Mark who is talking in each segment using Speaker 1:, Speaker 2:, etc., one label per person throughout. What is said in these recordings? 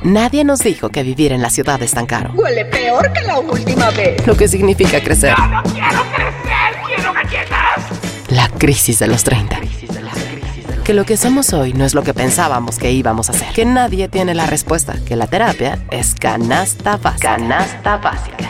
Speaker 1: Nadie nos dijo que vivir en la ciudad es tan caro.
Speaker 2: Huele peor que la última vez.
Speaker 1: Lo que significa crecer.
Speaker 3: ¡No quiero crecer! ¡Quiero galletas!
Speaker 1: La crisis de los 30. Que lo que somos hoy no es lo que pensábamos que íbamos a ser. Que nadie tiene la respuesta. Que la terapia es canasta básica. Canasta básica.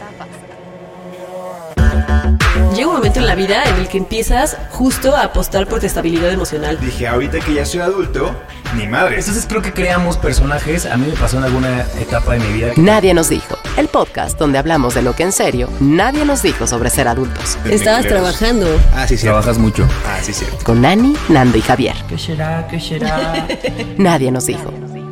Speaker 4: Llega un momento en la vida en el que empiezas justo a apostar por tu estabilidad emocional.
Speaker 5: Dije, ahorita que ya soy adulto, ni madre.
Speaker 6: Entonces creo que creamos personajes. A mí me pasó en alguna etapa de mi vida.
Speaker 1: Nadie nos dijo. El podcast donde hablamos de lo que en serio nadie nos dijo sobre ser adultos.
Speaker 4: Estabas trabajando.
Speaker 5: Ah, sí, cierto.
Speaker 6: Trabajas mucho.
Speaker 5: Ah, sí, cierto.
Speaker 1: Con Nani, Nando y Javier.
Speaker 6: ¿Qué será? ¿Qué será?
Speaker 1: Nadie nos dijo.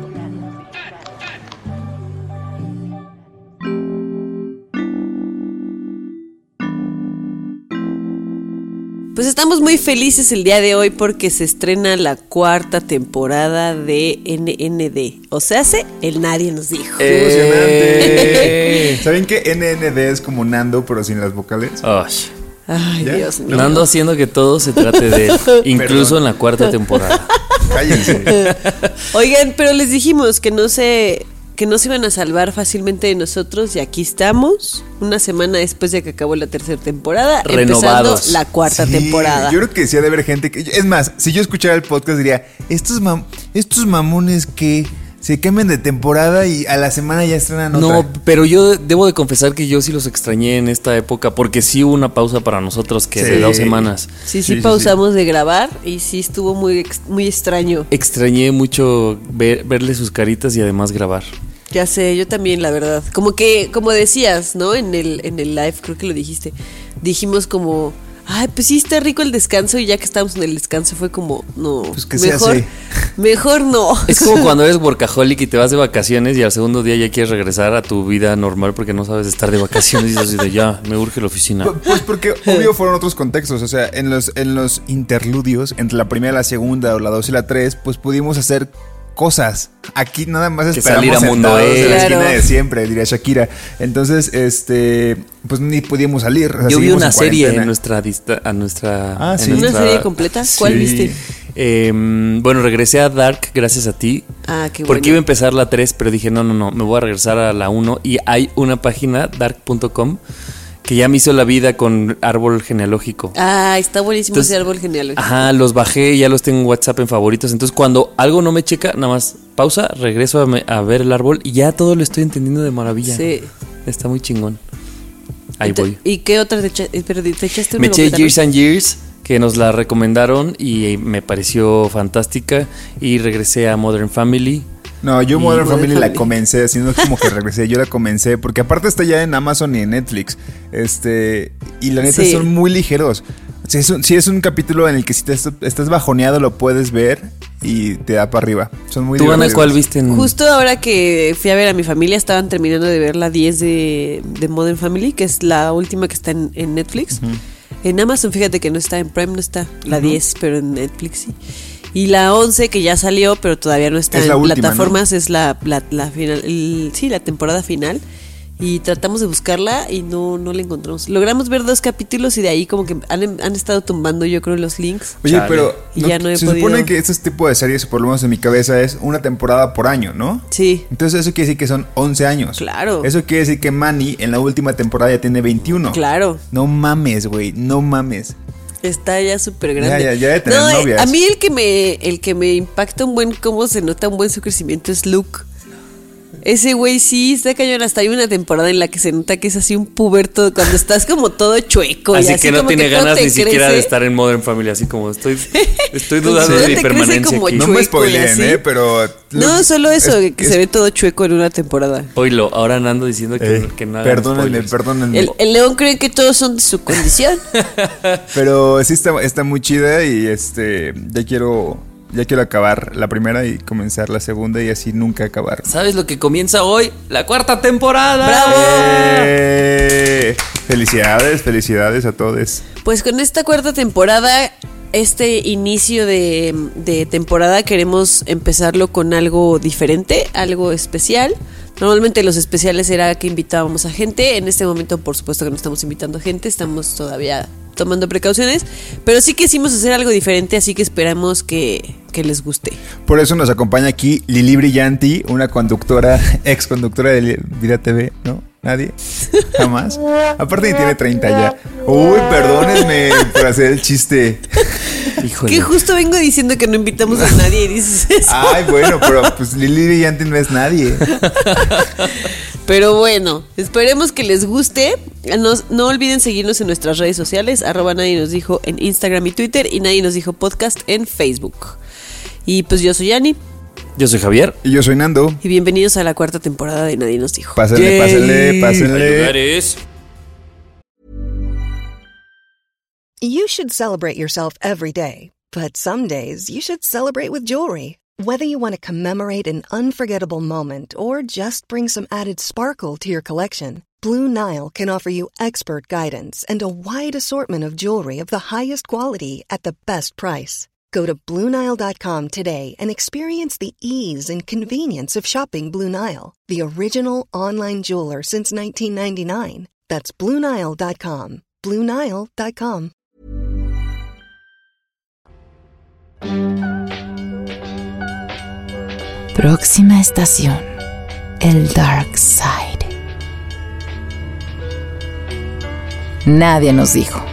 Speaker 4: Pues estamos muy felices el día de hoy porque se estrena la 4ª temporada de NND. O sea, el Nadie nos dijo.
Speaker 5: ¡Emocionante! ¿Saben que NND es como Nando, pero sin las vocales?
Speaker 4: Ay,
Speaker 5: ¿Ya?
Speaker 4: Dios mío.
Speaker 7: Nando haciendo que todo se trate de él, incluso en la 4ª temporada.
Speaker 5: Cállense.
Speaker 4: Oigan, pero les dijimos que no se iban a salvar fácilmente de nosotros y aquí estamos, una semana después de que acabó la 3ª temporada,
Speaker 7: renovados.
Speaker 4: Empezando la 4ª
Speaker 5: Sí,
Speaker 4: temporada.
Speaker 5: Yo creo que sí ha de haber gente que... Es más, si yo escuchara el podcast diría, estos mamones que se cambian de temporada y a la semana ya estrenan otra.
Speaker 7: No, pero yo debo de confesar que yo sí los extrañé en esta época porque sí hubo una pausa para nosotros que de 2 semanas.
Speaker 4: Sí, pausamos de grabar y sí estuvo muy, muy extraño.
Speaker 7: Extrañé mucho verle sus caritas y además grabar.
Speaker 4: Ya sé, yo también, la verdad. Como decías, ¿no? En el live, creo que lo dijiste. Dijimos como, ay, pues sí está rico el descanso y ya que estábamos en el descanso fue como, no,
Speaker 5: Pues que sea así.
Speaker 4: Mejor no.
Speaker 7: Es como cuando eres workaholic y te vas de vacaciones y al segundo día ya quieres regresar a tu vida normal porque no sabes estar de vacaciones y dices, ya, me urge la oficina.
Speaker 5: Pues porque obvio fueron otros contextos. O sea, en los interludios entre la primera, la segunda o la 2 y la 3, pues pudimos hacer cosas. Aquí nada más
Speaker 7: que
Speaker 5: esperamos
Speaker 7: salir a mundo
Speaker 5: sentados en la
Speaker 4: Claro.
Speaker 5: esquina de siempre, diría Shakira. Entonces, pues ni podíamos salir. O sea,
Speaker 7: Yo vi
Speaker 5: seguimos
Speaker 7: una
Speaker 5: en
Speaker 7: serie
Speaker 5: cuarentena.
Speaker 7: en
Speaker 5: sí.
Speaker 4: ¿Una serie completa? ¿Cuál viste?
Speaker 7: Bueno, regresé a Dark gracias a ti.
Speaker 4: Ah, qué bueno.
Speaker 7: Porque iba a empezar la 3, pero dije, no, me voy a regresar a la 1. Y hay una página, dark.com, que ya me hizo la vida con árbol genealógico.
Speaker 4: Ah, está buenísimo
Speaker 7: Entonces,
Speaker 4: ese árbol genealógico.
Speaker 7: Ajá, los bajé, ya los tengo en WhatsApp en favoritos. Entonces, cuando algo no me checa, nada más pausa, regreso a ver el árbol y ya todo lo estoy entendiendo de maravilla.
Speaker 4: Sí.
Speaker 7: Está muy chingón. Ahí voy.
Speaker 4: ¿Y qué otra te echaste? Pero te echaste una
Speaker 7: Me eché
Speaker 4: completa,
Speaker 7: Years
Speaker 4: ¿no?
Speaker 7: and Years, que nos la recomendaron y me pareció fantástica. Y regresé a Modern Family.
Speaker 5: No, yo
Speaker 7: Y
Speaker 5: Modern
Speaker 4: Modern
Speaker 5: Family la
Speaker 4: Family.
Speaker 5: comencé, así no es como que regresé, yo la comencé, porque aparte está ya en Amazon y en Netflix. Y la neta
Speaker 4: Sí.
Speaker 5: son muy ligeros. O sea, sí es un capítulo en el que si te estás bajoneado lo puedes ver y te da para arriba. Son muy
Speaker 7: ¿Tú, Ana,
Speaker 5: divertidos.
Speaker 7: cuál viste?
Speaker 4: Justo ahora que fui a ver a mi familia, estaban terminando de ver la 10 de Modern Family, que es la última que está en Netflix. En Amazon, fíjate que no está, en Prime no está la 10, pero en Netflix sí. Y la 11 que ya salió, pero todavía no está
Speaker 5: Es
Speaker 4: en
Speaker 5: la última,
Speaker 4: plataformas, ¿no? Es la final, la temporada final. Y tratamos de buscarla y no la encontramos. Logramos ver 2 capítulos y de ahí como que han estado tumbando, yo creo, los links.
Speaker 5: Oye,
Speaker 7: Chale.
Speaker 5: pero
Speaker 4: Y ya no he
Speaker 5: se
Speaker 4: podido.
Speaker 5: supone que este tipo de series, por lo menos en mi cabeza, es una temporada por año, ¿no?
Speaker 4: Sí,
Speaker 5: Entonces eso quiere decir que son 11 años.
Speaker 4: Claro.
Speaker 5: Eso quiere decir que Manny en la última temporada ya tiene 21.
Speaker 4: claro.
Speaker 5: No mames, güey, no mames.
Speaker 4: Está ya súper grande.
Speaker 5: Ya debe tener novias.
Speaker 4: A mí el que me impacta un buen, cómo se nota un buen su crecimiento es Luke. Ese güey sí está cañón. Hasta hay una temporada en la que se nota que es así un puberto cuando estás como todo chueco.
Speaker 7: Así
Speaker 4: y
Speaker 7: que no
Speaker 4: como
Speaker 7: tiene
Speaker 4: todo
Speaker 7: ganas
Speaker 4: te
Speaker 7: ni siquiera de
Speaker 4: crece.
Speaker 7: estar en Modern Family. Así como estoy dudando
Speaker 4: Todo
Speaker 7: de
Speaker 4: te
Speaker 7: mi
Speaker 4: crece
Speaker 7: permanencia
Speaker 4: como
Speaker 7: aquí.
Speaker 5: No me
Speaker 4: chueco y
Speaker 5: spoileen,
Speaker 4: así.
Speaker 5: pero...
Speaker 4: No, solo eso, que
Speaker 5: es-
Speaker 4: se ve todo chueco en una temporada.
Speaker 7: Oílo, ahora ando diciendo que no hagan spoilers.
Speaker 5: Perdónenme.
Speaker 4: El león cree que todos son de su condición.
Speaker 5: Pero sí está muy chida y ya quiero acabar la primera y comenzar la segunda y así nunca acabar.
Speaker 7: ¿Sabes lo que comienza hoy? ¡La 4ª temporada!
Speaker 4: ¡Bravo!
Speaker 5: Felicidades a todos.
Speaker 4: Pues con esta 4ª temporada, este inicio de temporada queremos empezarlo con algo diferente, algo especial. Normalmente los especiales era que invitábamos a gente. En este momento, por supuesto que no estamos invitando a gente, estamos todavía tomando precauciones, pero sí quisimos hacer algo diferente, así que esperamos que que les guste.
Speaker 5: Por eso nos acompaña aquí Lili Brillanti, una conductora, ex conductora de Vida TV, ¿no? ¿Nadie? ¿Jamás? Aparte ni tiene 30 ya. Uy, perdónenme por hacer el chiste.
Speaker 7: Híjole.
Speaker 4: Que justo vengo diciendo que no invitamos a nadie y dices eso.
Speaker 5: Ay, bueno, pero pues Lili Brillanti no es nadie.
Speaker 4: Pero bueno, esperemos que les guste. No olviden seguirnos en nuestras redes sociales, @nadie nos dijo en Instagram y Twitter, y Nadie nos dijo podcast en Facebook. Y pues yo soy Yani.
Speaker 7: Yo soy Javier.
Speaker 5: Y yo soy Nando.
Speaker 4: Y bienvenidos a la 4ª temporada de Nadie nos dijo.
Speaker 5: Pásenle, pásenle, pásenle.
Speaker 7: Lugares.
Speaker 8: You should celebrate yourself every day, but some days you should celebrate with jewelry. Whether you want to commemorate an unforgettable moment or just bring some added sparkle to your collection, Blue Nile can offer you expert guidance and a wide assortment of jewelry of the highest quality at the best price. Go to BlueNile.com today and experience the ease and convenience of shopping Blue Nile, the original online jeweler since 1999. That's BlueNile.com. BlueNile.com.
Speaker 9: Próxima estación, el Dark Side. Nadie nos dijo.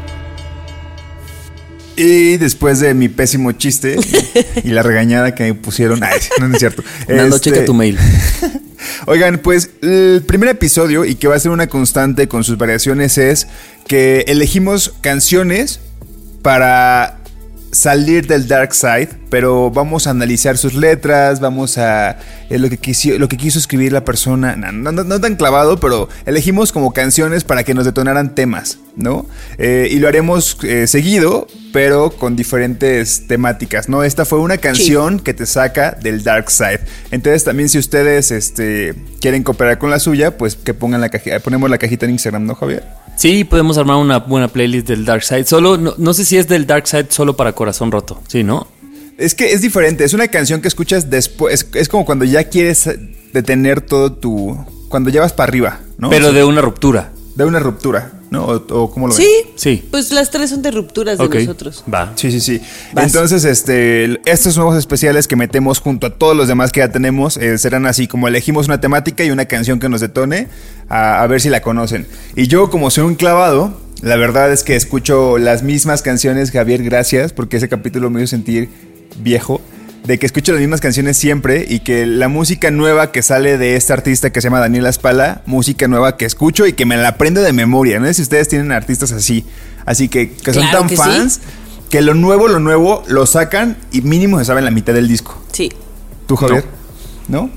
Speaker 5: Y después de mi pésimo chiste y la regañada que me pusieron, ay, no es cierto.
Speaker 7: Nando, checa tu mail.
Speaker 5: Oigan, pues el primer episodio, y que va a ser una constante con sus variaciones, es que elegimos canciones para salir del dark side, pero vamos a analizar sus letras, vamos a lo que quiso escribir la persona, no tan clavado, pero elegimos como canciones para que nos detonaran temas, ¿no? Y lo haremos seguido, pero con diferentes temáticas, ¿no? Esta fue una canción que te saca del dark side. Entonces también, si ustedes quieren cooperar con la suya, pues que pongan ponemos la cajita en Instagram, ¿no, Javier?
Speaker 7: Sí, podemos armar una buena playlist del Dark Side. Solo, no sé si es del Dark Side solo para Corazón Roto. Sí, ¿no?
Speaker 5: Es que es diferente. Es una canción que escuchas después. Es como cuando ya quieres detener todo cuando ya vas para arriba, ¿no?
Speaker 7: Pero o sea, de una ruptura.
Speaker 5: De una ruptura, ¿no? ¿O cómo lo ven?
Speaker 7: Sí.
Speaker 4: Pues las tres son de rupturas de nosotros.
Speaker 7: Va.
Speaker 5: Sí. Vas. Entonces, estos nuevos especiales que metemos junto a todos los demás que ya tenemos serán así, como elegimos una temática y una canción que nos detone, a ver si la conocen. Y yo, como soy un clavado, la verdad es que escucho las mismas canciones. Javier, gracias, porque ese capítulo me hizo sentir viejo, de que escucho las mismas canciones siempre, y que la música nueva que sale de este artista que se llama Daniela Spala, música nueva que escucho y que me la aprendo de memoria. No sé si ustedes tienen artistas así que son
Speaker 4: claro
Speaker 5: tan
Speaker 4: que
Speaker 5: fans,
Speaker 4: sí,
Speaker 5: que lo nuevo lo sacan y mínimo se saben la mitad del disco.
Speaker 4: Sí.
Speaker 5: ¿Tú, Javier? ¿No?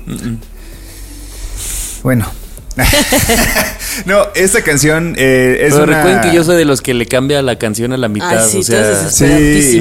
Speaker 5: Bueno. No, esta canción es
Speaker 7: pero
Speaker 5: una...
Speaker 7: recuerden que yo soy de los que le cambia la canción a la mitad.
Speaker 4: Sí,
Speaker 7: o sea,
Speaker 5: sí.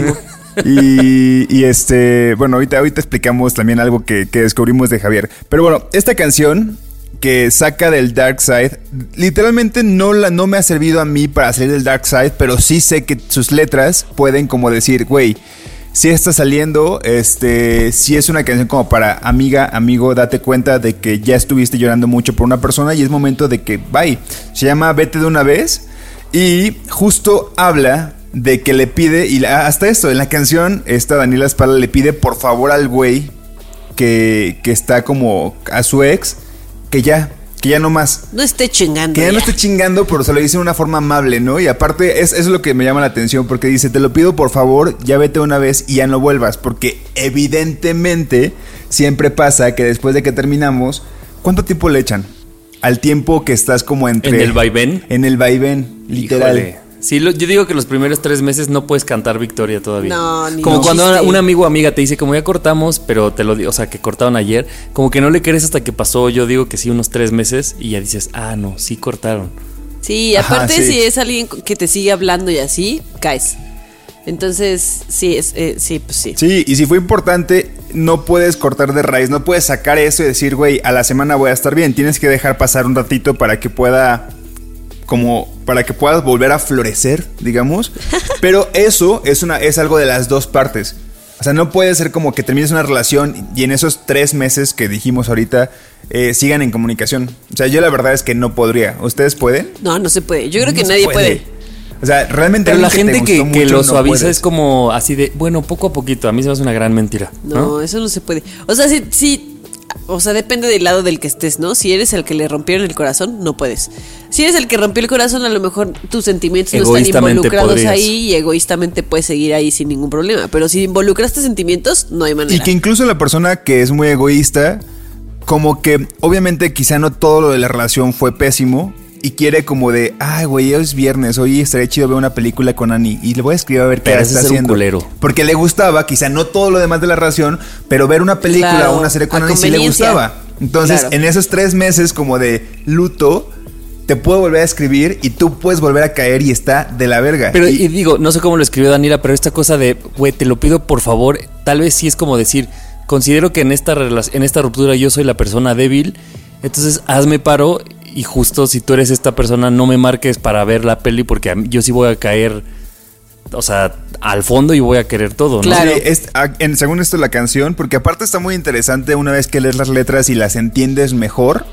Speaker 5: Bueno, ahorita explicamos también algo que descubrimos de Javier. Pero bueno, esta canción que saca del Dark Side, literalmente no me ha servido a mí para salir del Dark Side, pero sí sé que sus letras pueden como decir, güey, si está saliendo, si es una canción como para amiga, amigo, date cuenta de que ya estuviste llorando mucho por una persona y es momento de que bye. Se llama Vete de una vez y justo habla de que le pide, y hasta esto, en la canción, esta Daniela Spala le pide por favor al güey que está como a su ex, que ya no más.
Speaker 4: No esté chingando.
Speaker 5: Que ya no esté chingando, pero se lo dice de una forma amable, ¿no? Y aparte, eso es lo que me llama la atención, porque dice, te lo pido por favor, ya vete una vez y ya no vuelvas, porque evidentemente siempre pasa que después de que terminamos, ¿cuánto tiempo le echan? Al tiempo que estás como entre...
Speaker 7: ¿En el vaivén?
Speaker 5: En el vaivén, literal.
Speaker 7: Híjole. Sí, yo digo que los primeros 3 meses no puedes cantar victoria todavía.
Speaker 4: No, ni
Speaker 7: como cuando
Speaker 4: chiste.
Speaker 7: un amigo o amiga te dice, como ya cortamos, pero te lo digo, o sea, que cortaron ayer, como que no le crees hasta que pasó, yo digo que sí, unos 3 meses, y ya dices, no, sí cortaron.
Speaker 4: Sí, aparte,
Speaker 5: Ajá, sí.
Speaker 4: si es alguien que te sigue hablando y así, caes. Entonces, sí, pues sí.
Speaker 5: Sí, y si fue importante, no puedes cortar de raíz, no puedes sacar eso y decir, güey, a la semana voy a estar bien. Tienes que dejar pasar un ratito para que puedas volver a florecer, digamos. Pero eso es algo de las dos partes. O sea, no puede ser como que termines una relación y en esos 3 meses que dijimos ahorita sigan en comunicación. O sea, yo la verdad es que no podría. ¿Ustedes pueden?
Speaker 4: No se puede. Yo creo que
Speaker 5: No
Speaker 4: nadie
Speaker 5: se
Speaker 4: puede.
Speaker 5: O sea, realmente.
Speaker 7: Pero la
Speaker 5: alguien
Speaker 7: gente
Speaker 5: te gustó
Speaker 7: que
Speaker 5: mucho,
Speaker 7: lo
Speaker 5: no
Speaker 7: suaviza
Speaker 5: puedes.
Speaker 7: es como así de, bueno, poco a poquito. A mí se me hace una gran mentira.
Speaker 4: No, eso no se puede. O sea, sí, o sea, depende del lado del que estés, ¿no? Si eres el que le rompieron el corazón, no puedes. Si eres el que rompió el corazón, a lo mejor tus sentimientos no están
Speaker 7: Egoístamente
Speaker 4: involucrados
Speaker 7: podrías.
Speaker 4: ahí y egoístamente puedes seguir ahí sin ningún problema. Pero si involucraste sentimientos, no hay manera.
Speaker 5: Y que incluso la persona que es muy egoísta, como que obviamente quizá no todo lo de la relación fue pésimo. Y quiere como de, ay, güey, hoy es viernes, hoy estaría chido ver una película con Annie. Y le voy a escribir a ver qué
Speaker 7: Pero
Speaker 5: está
Speaker 7: ese es un
Speaker 5: haciendo.
Speaker 7: culero.
Speaker 5: Porque le gustaba, quizá no todo lo demás de la relación, pero ver una película
Speaker 4: Claro,
Speaker 5: o una serie con
Speaker 4: a
Speaker 5: Annie sí le
Speaker 4: conveniencia.
Speaker 5: gustaba. Entonces,
Speaker 4: Claro.
Speaker 5: en esos 3 meses como de luto, te puedo volver a escribir y tú puedes volver a caer y está de la verga.
Speaker 7: Pero, y digo, no sé cómo lo escribió Daniela, pero esta cosa de, güey, te lo pido por favor, tal vez sí es como decir, considero que en esta ruptura yo soy la persona débil, entonces hazme paro y justo si tú eres esta persona no me marques para ver la peli porque yo sí voy a caer, o sea, al fondo y voy a querer todo, ¿no?
Speaker 4: Claro.
Speaker 5: Sí, según esto la canción, porque aparte está muy interesante una vez que lees las letras y las entiendes mejor,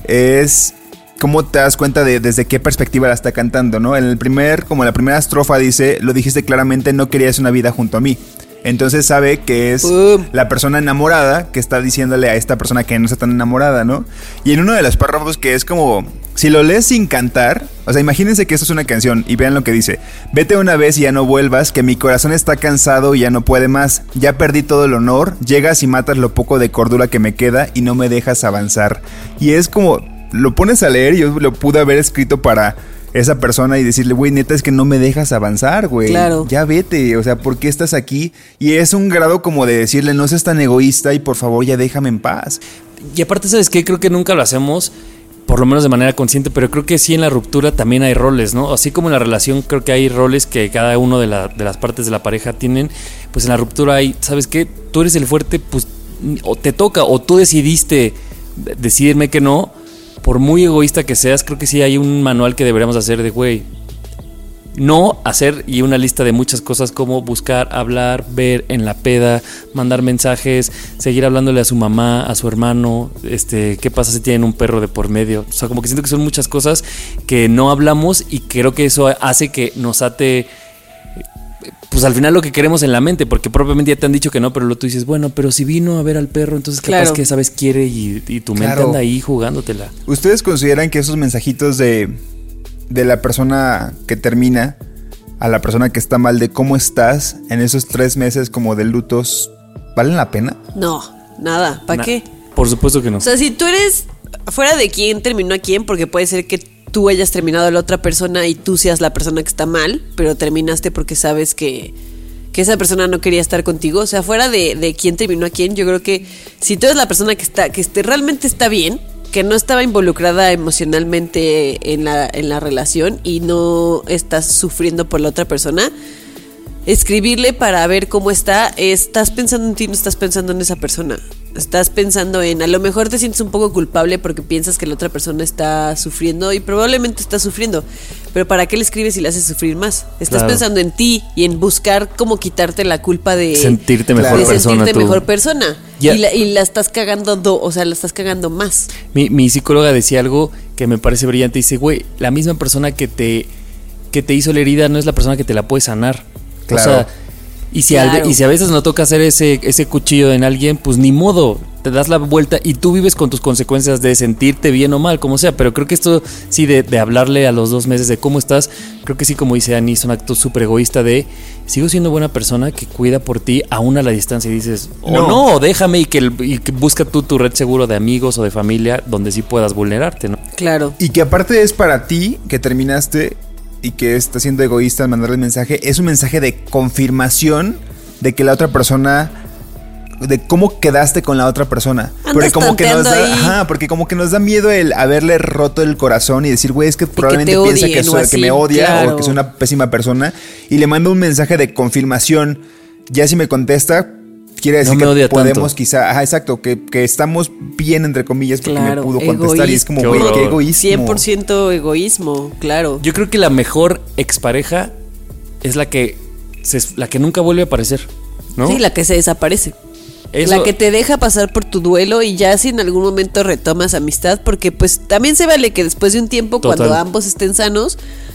Speaker 5: es cómo te das cuenta de desde qué perspectiva la está cantando, ¿no? Como la primera estrofa dice, lo dijiste claramente, no querías una vida junto a mí. Entonces sabe que es la persona enamorada que está diciéndole a esta persona que no está tan enamorada, ¿no? Y en uno de los párrafos que es como, si lo lees sin cantar, o sea, imagínense que esto es una canción y vean lo que dice. Vete una vez y ya no vuelvas, que mi corazón está cansado y ya no puede más. Ya perdí todo el honor, llegas y matas lo poco de cordura que me queda y no me dejas avanzar. Y es como, lo pones a leer y yo lo pude haber escrito para esa persona y decirle, güey, neta es que no me dejas avanzar, güey.
Speaker 4: Claro.
Speaker 5: Ya vete, o sea, ¿por qué estás aquí? Y es un grado como de decirle, no seas tan egoísta y por favor ya déjame en paz.
Speaker 7: Y aparte, ¿sabes qué? Creo que nunca lo hacemos, por lo menos de manera consciente, pero creo que sí en la ruptura también hay roles, ¿no? Así como en la relación creo que hay roles que cada uno de las partes de la pareja tienen, pues en la ruptura hay, ¿sabes qué? Tú eres el fuerte, pues o te toca, o tú decidiste decidirme que no. Por muy egoísta que seas, creo que sí hay un manual que deberíamos hacer de, güey, no hacer y una lista de muchas cosas como buscar, hablar, ver en la peda, mandar mensajes, seguir hablándole a su mamá, a su hermano, qué pasa si tienen un perro de por medio. O sea, como que siento que son muchas cosas que no hablamos y creo que eso hace que nos ate, pues al final lo que queremos en la mente, porque propiamente ya te han dicho que no, pero luego tú dices, bueno, pero si vino a ver al perro, entonces capaz
Speaker 4: Claro.
Speaker 7: que esa vez quiere y tu mente
Speaker 5: Claro.
Speaker 7: anda ahí jugándotela.
Speaker 5: ¿Ustedes consideran que esos mensajitos de la persona que termina a la persona que está mal, de cómo estás en esos 3 meses como de lutos, valen la pena?
Speaker 4: No, nada, ¿para qué?
Speaker 7: Por supuesto que no.
Speaker 4: O sea, si tú eres fuera de quién terminó a quién, porque puede ser que tú hayas terminado a la otra persona y tú seas la persona que está mal, pero terminaste porque sabes que esa persona no quería estar contigo. O sea, fuera de quién terminó a quién, yo creo que si tú eres la persona que realmente está bien, que no estaba involucrada emocionalmente en la relación y no estás sufriendo por la otra persona, escribirle para ver cómo está, estás pensando en ti, no estás pensando en esa persona. Estás pensando en, a lo mejor te sientes un poco culpable porque piensas que la otra persona está sufriendo y probablemente está sufriendo, pero ¿para qué le escribes y le haces sufrir más? Estás
Speaker 7: Claro.
Speaker 4: pensando en ti y en buscar cómo quitarte la culpa de
Speaker 7: Sentirte
Speaker 5: Claro.
Speaker 7: mejor
Speaker 4: de
Speaker 7: persona
Speaker 4: sentirte
Speaker 7: tú.
Speaker 4: mejor persona.
Speaker 7: Ya.
Speaker 4: Y la estás cagando, o sea, la estás cagando más.
Speaker 7: Mi psicóloga decía algo que me parece brillante. Dice, güey, la misma persona que te hizo la herida no es la persona que te la puede sanar.
Speaker 5: Claro.
Speaker 7: O sea, y si
Speaker 4: Claro.
Speaker 7: a veces no toca hacer ese cuchillo en alguien, pues ni modo, te das la vuelta y tú vives con tus consecuencias de sentirte bien o mal, como sea. Pero creo que esto sí de hablarle a los 2 meses de cómo estás, creo que sí, como dice Ani, es un acto súper egoísta de sigo siendo buena persona que cuida por ti aún a la distancia y dices, no, déjame y que busca tú tu red seguro de amigos o de familia donde sí puedas vulnerarte, ¿no?
Speaker 4: Claro.
Speaker 5: Y que aparte es para ti que terminaste y que estás siendo egoísta al mandarle el mensaje, es un mensaje de confirmación de que la otra persona, de cómo quedaste con la otra persona.
Speaker 4: Andas tanteando ahí.
Speaker 5: Porque como que nos da miedo el haberle roto el corazón y decir, güey, es que probablemente
Speaker 4: te
Speaker 5: piensa
Speaker 4: odien o
Speaker 5: que
Speaker 4: así,
Speaker 5: me odia
Speaker 4: claro.
Speaker 5: o que soy una pésima persona, y le mando un mensaje de confirmación. Ya si me contesta, quiere decir
Speaker 7: No me
Speaker 5: que
Speaker 7: odia
Speaker 5: podemos
Speaker 7: tanto.
Speaker 5: quizá, exacto, que estamos bien, entre comillas, porque
Speaker 4: Claro,
Speaker 5: me pudo contestar. Y es como,
Speaker 7: Qué
Speaker 5: güey,
Speaker 7: horror.
Speaker 5: qué egoísmo.
Speaker 4: 100% egoísmo, claro.
Speaker 7: Yo creo que la mejor expareja es la que nunca vuelve a aparecer, ¿no?
Speaker 4: Sí, la que se desaparece.
Speaker 7: Eso-
Speaker 4: La que te deja pasar por tu duelo y ya si en algún momento retomas amistad, porque pues también se vale que después de un tiempo,
Speaker 7: Total.
Speaker 4: cuando ambos estén sanos,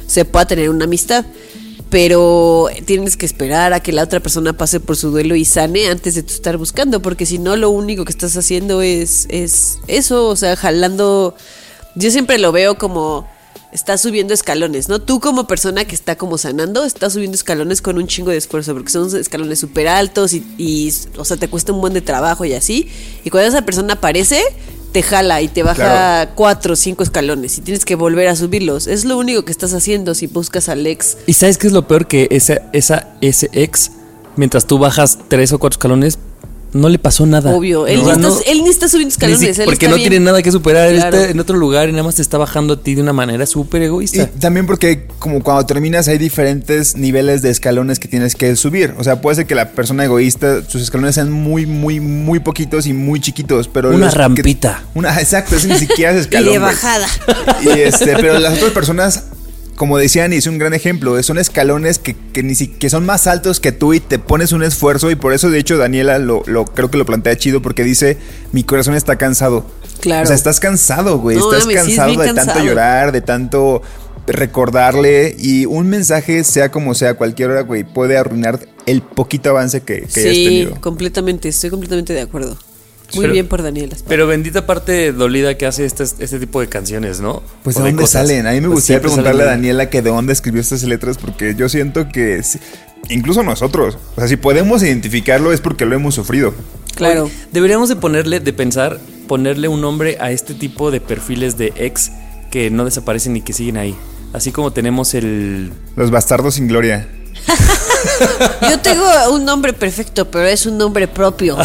Speaker 4: se pueda tener una amistad. Pero tienes que esperar a que la otra persona pase por su duelo y sane antes de tú estar buscando, porque si no, lo único que estás haciendo es eso, o sea, jalando. Yo siempre lo veo como estás subiendo escalones, ¿no? Tú como persona que está como sanando, estás subiendo escalones con un chingo de esfuerzo, porque son escalones súper altos y, o sea, te cuesta un buen de trabajo y así. Y cuando esa persona aparece, te jala y te baja 4 o 5 escalones y tienes que volver a subirlos. Es lo único que estás haciendo si buscas al ex.
Speaker 7: ¿Y sabes qué es lo peor? Que ese ex, mientras tú bajas 3 o 4 escalones, no le pasó nada.
Speaker 4: Obvio, él ni está subiendo escalones.
Speaker 7: Porque no tiene nada que superar. Claro. Él está en otro lugar y nada más te está bajando a ti de una manera súper egoísta.
Speaker 5: Y también porque como cuando terminas hay diferentes niveles de escalones que tienes que subir. O sea, puede ser que la persona egoísta, sus escalones sean muy, muy, muy poquitos y muy chiquitos, pero
Speaker 7: una rampita.
Speaker 5: Exacto, eso ni siquiera es escalón.
Speaker 4: Y de bajada.
Speaker 5: Pero las otras personas, como decían, y es un gran ejemplo, son escalones que son más altos que tú y te pones un esfuerzo, y por eso de hecho Daniela creo que lo plantea chido, porque dice, mi corazón está cansado. Claro. O sea, estás cansado, güey, estás cansado de tanto llorar, de tanto recordarle, y un mensaje, sea como sea, cualquier hora, güey, puede arruinar el poquito avance que hayas tenido.
Speaker 4: Sí, completamente, estoy completamente de acuerdo. Muy bien por Daniela.
Speaker 7: Pero bendita parte dolida que hace este tipo de canciones, ¿no?
Speaker 5: Pues de dónde salen. A mí me gustaría preguntarle a Daniela que de dónde escribió estas letras, porque yo siento que incluso nosotros, o sea, si podemos identificarlo es porque lo hemos sufrido.
Speaker 4: Claro.
Speaker 7: Oye, deberíamos ponerle un nombre a este tipo de perfiles de ex que no desaparecen y que siguen ahí. Así como tenemos
Speaker 5: los bastardos sin gloria.
Speaker 4: Yo tengo un nombre perfecto, pero es un nombre propio.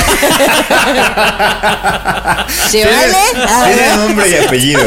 Speaker 4: ¿Se vale?
Speaker 5: Tiene nombre y apellido.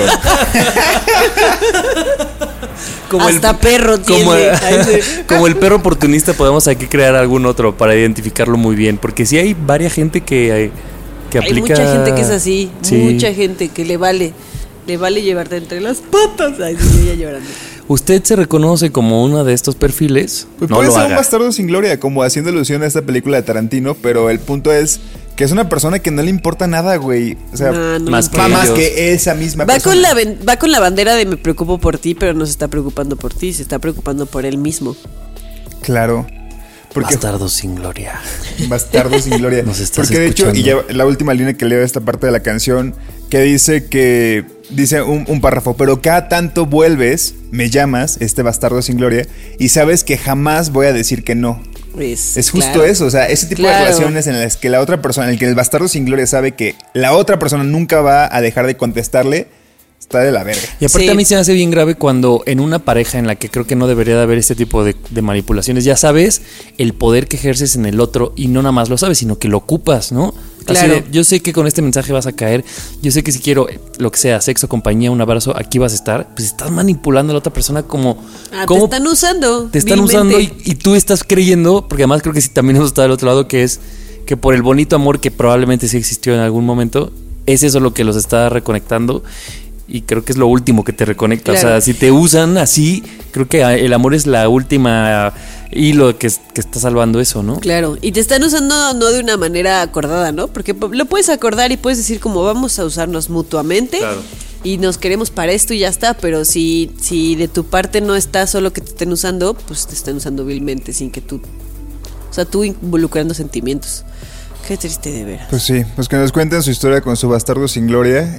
Speaker 4: Hasta perro tiene.
Speaker 7: Como el perro oportunista, podemos aquí crear algún otro para identificarlo muy bien. Porque sí hay varias gente que aplica.
Speaker 4: Hay mucha gente que es así. Sí. Mucha gente que le vale llevarte entre las patas. Ay, sí, ya llorando.
Speaker 7: ¿Usted se reconoce como uno de estos perfiles?
Speaker 5: Pues no puede ser un bastardo sin gloria, como haciendo alusión a esta película de Tarantino, pero el punto es que es una persona que no le importa nada, güey. O sea, más que esa misma persona.
Speaker 4: Va con la bandera de me preocupo por ti, pero no se está preocupando por ti, se está preocupando por él mismo.
Speaker 5: Claro.
Speaker 7: Bastardos sin gloria.
Speaker 5: Bastardos sin gloria.
Speaker 7: Nos estás
Speaker 5: porque de
Speaker 7: escuchando.
Speaker 5: hecho, y ya la última línea que leo de esta parte de la canción, que dice un párrafo, pero cada tanto vuelves, me llamas, bastardo sin gloria, y sabes que jamás voy a decir que no. Es justo eso, o sea, ese tipo de relaciones en las que la otra persona, en el que el bastardo sin gloria sabe que la otra persona nunca va a dejar de contestarle, está de la verga.
Speaker 7: Y aparte a mí se me hace bien grave cuando en una pareja en la que creo que no debería de haber este tipo de manipulaciones, ya sabes el poder que ejerces en el otro y no nada más lo sabes, sino que lo ocupas, ¿no?
Speaker 4: Claro.
Speaker 7: Así de, yo sé que con este mensaje vas a caer, yo sé que si quiero lo que sea, sexo, compañía, un abrazo, aquí vas a estar, pues estás manipulando a la otra persona como...
Speaker 4: te están usando.
Speaker 7: Te están usando y tú estás creyendo, porque además creo que sí también hemos estado del otro lado, que es que por el bonito amor que probablemente sí existió en algún momento, es eso lo que los está reconectando. Y creo que es lo último que te reconecta. Claro. O sea, si te usan así, creo que el amor es la última hilo que está salvando eso, ¿no?
Speaker 4: Claro, y te están usando no de una manera acordada, ¿no? Porque lo puedes acordar y puedes decir como vamos a usarnos mutuamente. Claro. Y nos queremos para esto y ya está, pero si de tu parte no está solo que te estén usando, pues te están usando vilmente sin que tú involucrando sentimientos. Qué triste de veras.
Speaker 5: Pues sí, pues que nos cuenten su historia con su bastardo sin gloria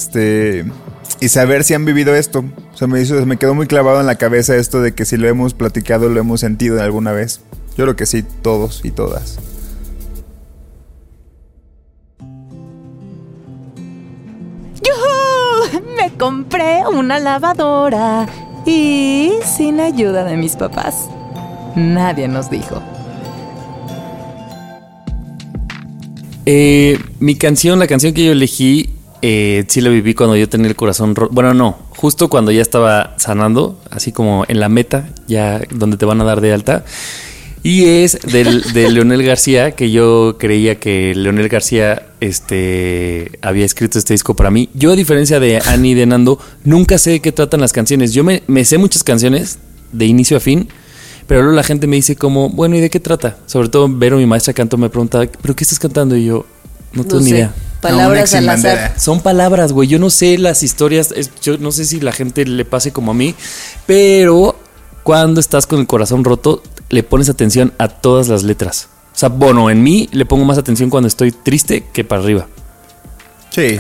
Speaker 5: y saber si han vivido esto. O sea, me quedó muy clavado en la cabeza esto de que si lo hemos platicado, lo hemos sentido alguna vez. Yo creo que sí, todos y todas.
Speaker 9: ¡Yujú! Me compré una lavadora y sin ayuda de mis papás. Nadie nos dijo.
Speaker 7: La canción que yo elegí, sí la viví cuando yo tenía el corazón roto. Bueno, no, justo cuando ya estaba sanando, así como en la meta, ya donde te van a dar de alta. Y es de Leonel García, que yo creía que Leonel García había escrito este disco para mí. Yo, a diferencia de Ani y de Nando, nunca sé de qué tratan las canciones. Yo me sé muchas canciones de inicio a fin, pero luego la gente me dice como, bueno, ¿y de qué trata? Sobre todo Vero, mi maestra de canto, me pregunta, ¿pero qué estás cantando? Y yo, no tengo ni idea.
Speaker 4: palabras al azar.
Speaker 7: Son palabras, güey. Yo no sé las historias. Yo no sé si la gente le pase como a mí. Pero cuando estás con el corazón roto, le pones atención a todas las letras. O sea, bueno, en mí le pongo más atención cuando estoy triste que para arriba.
Speaker 5: Sí.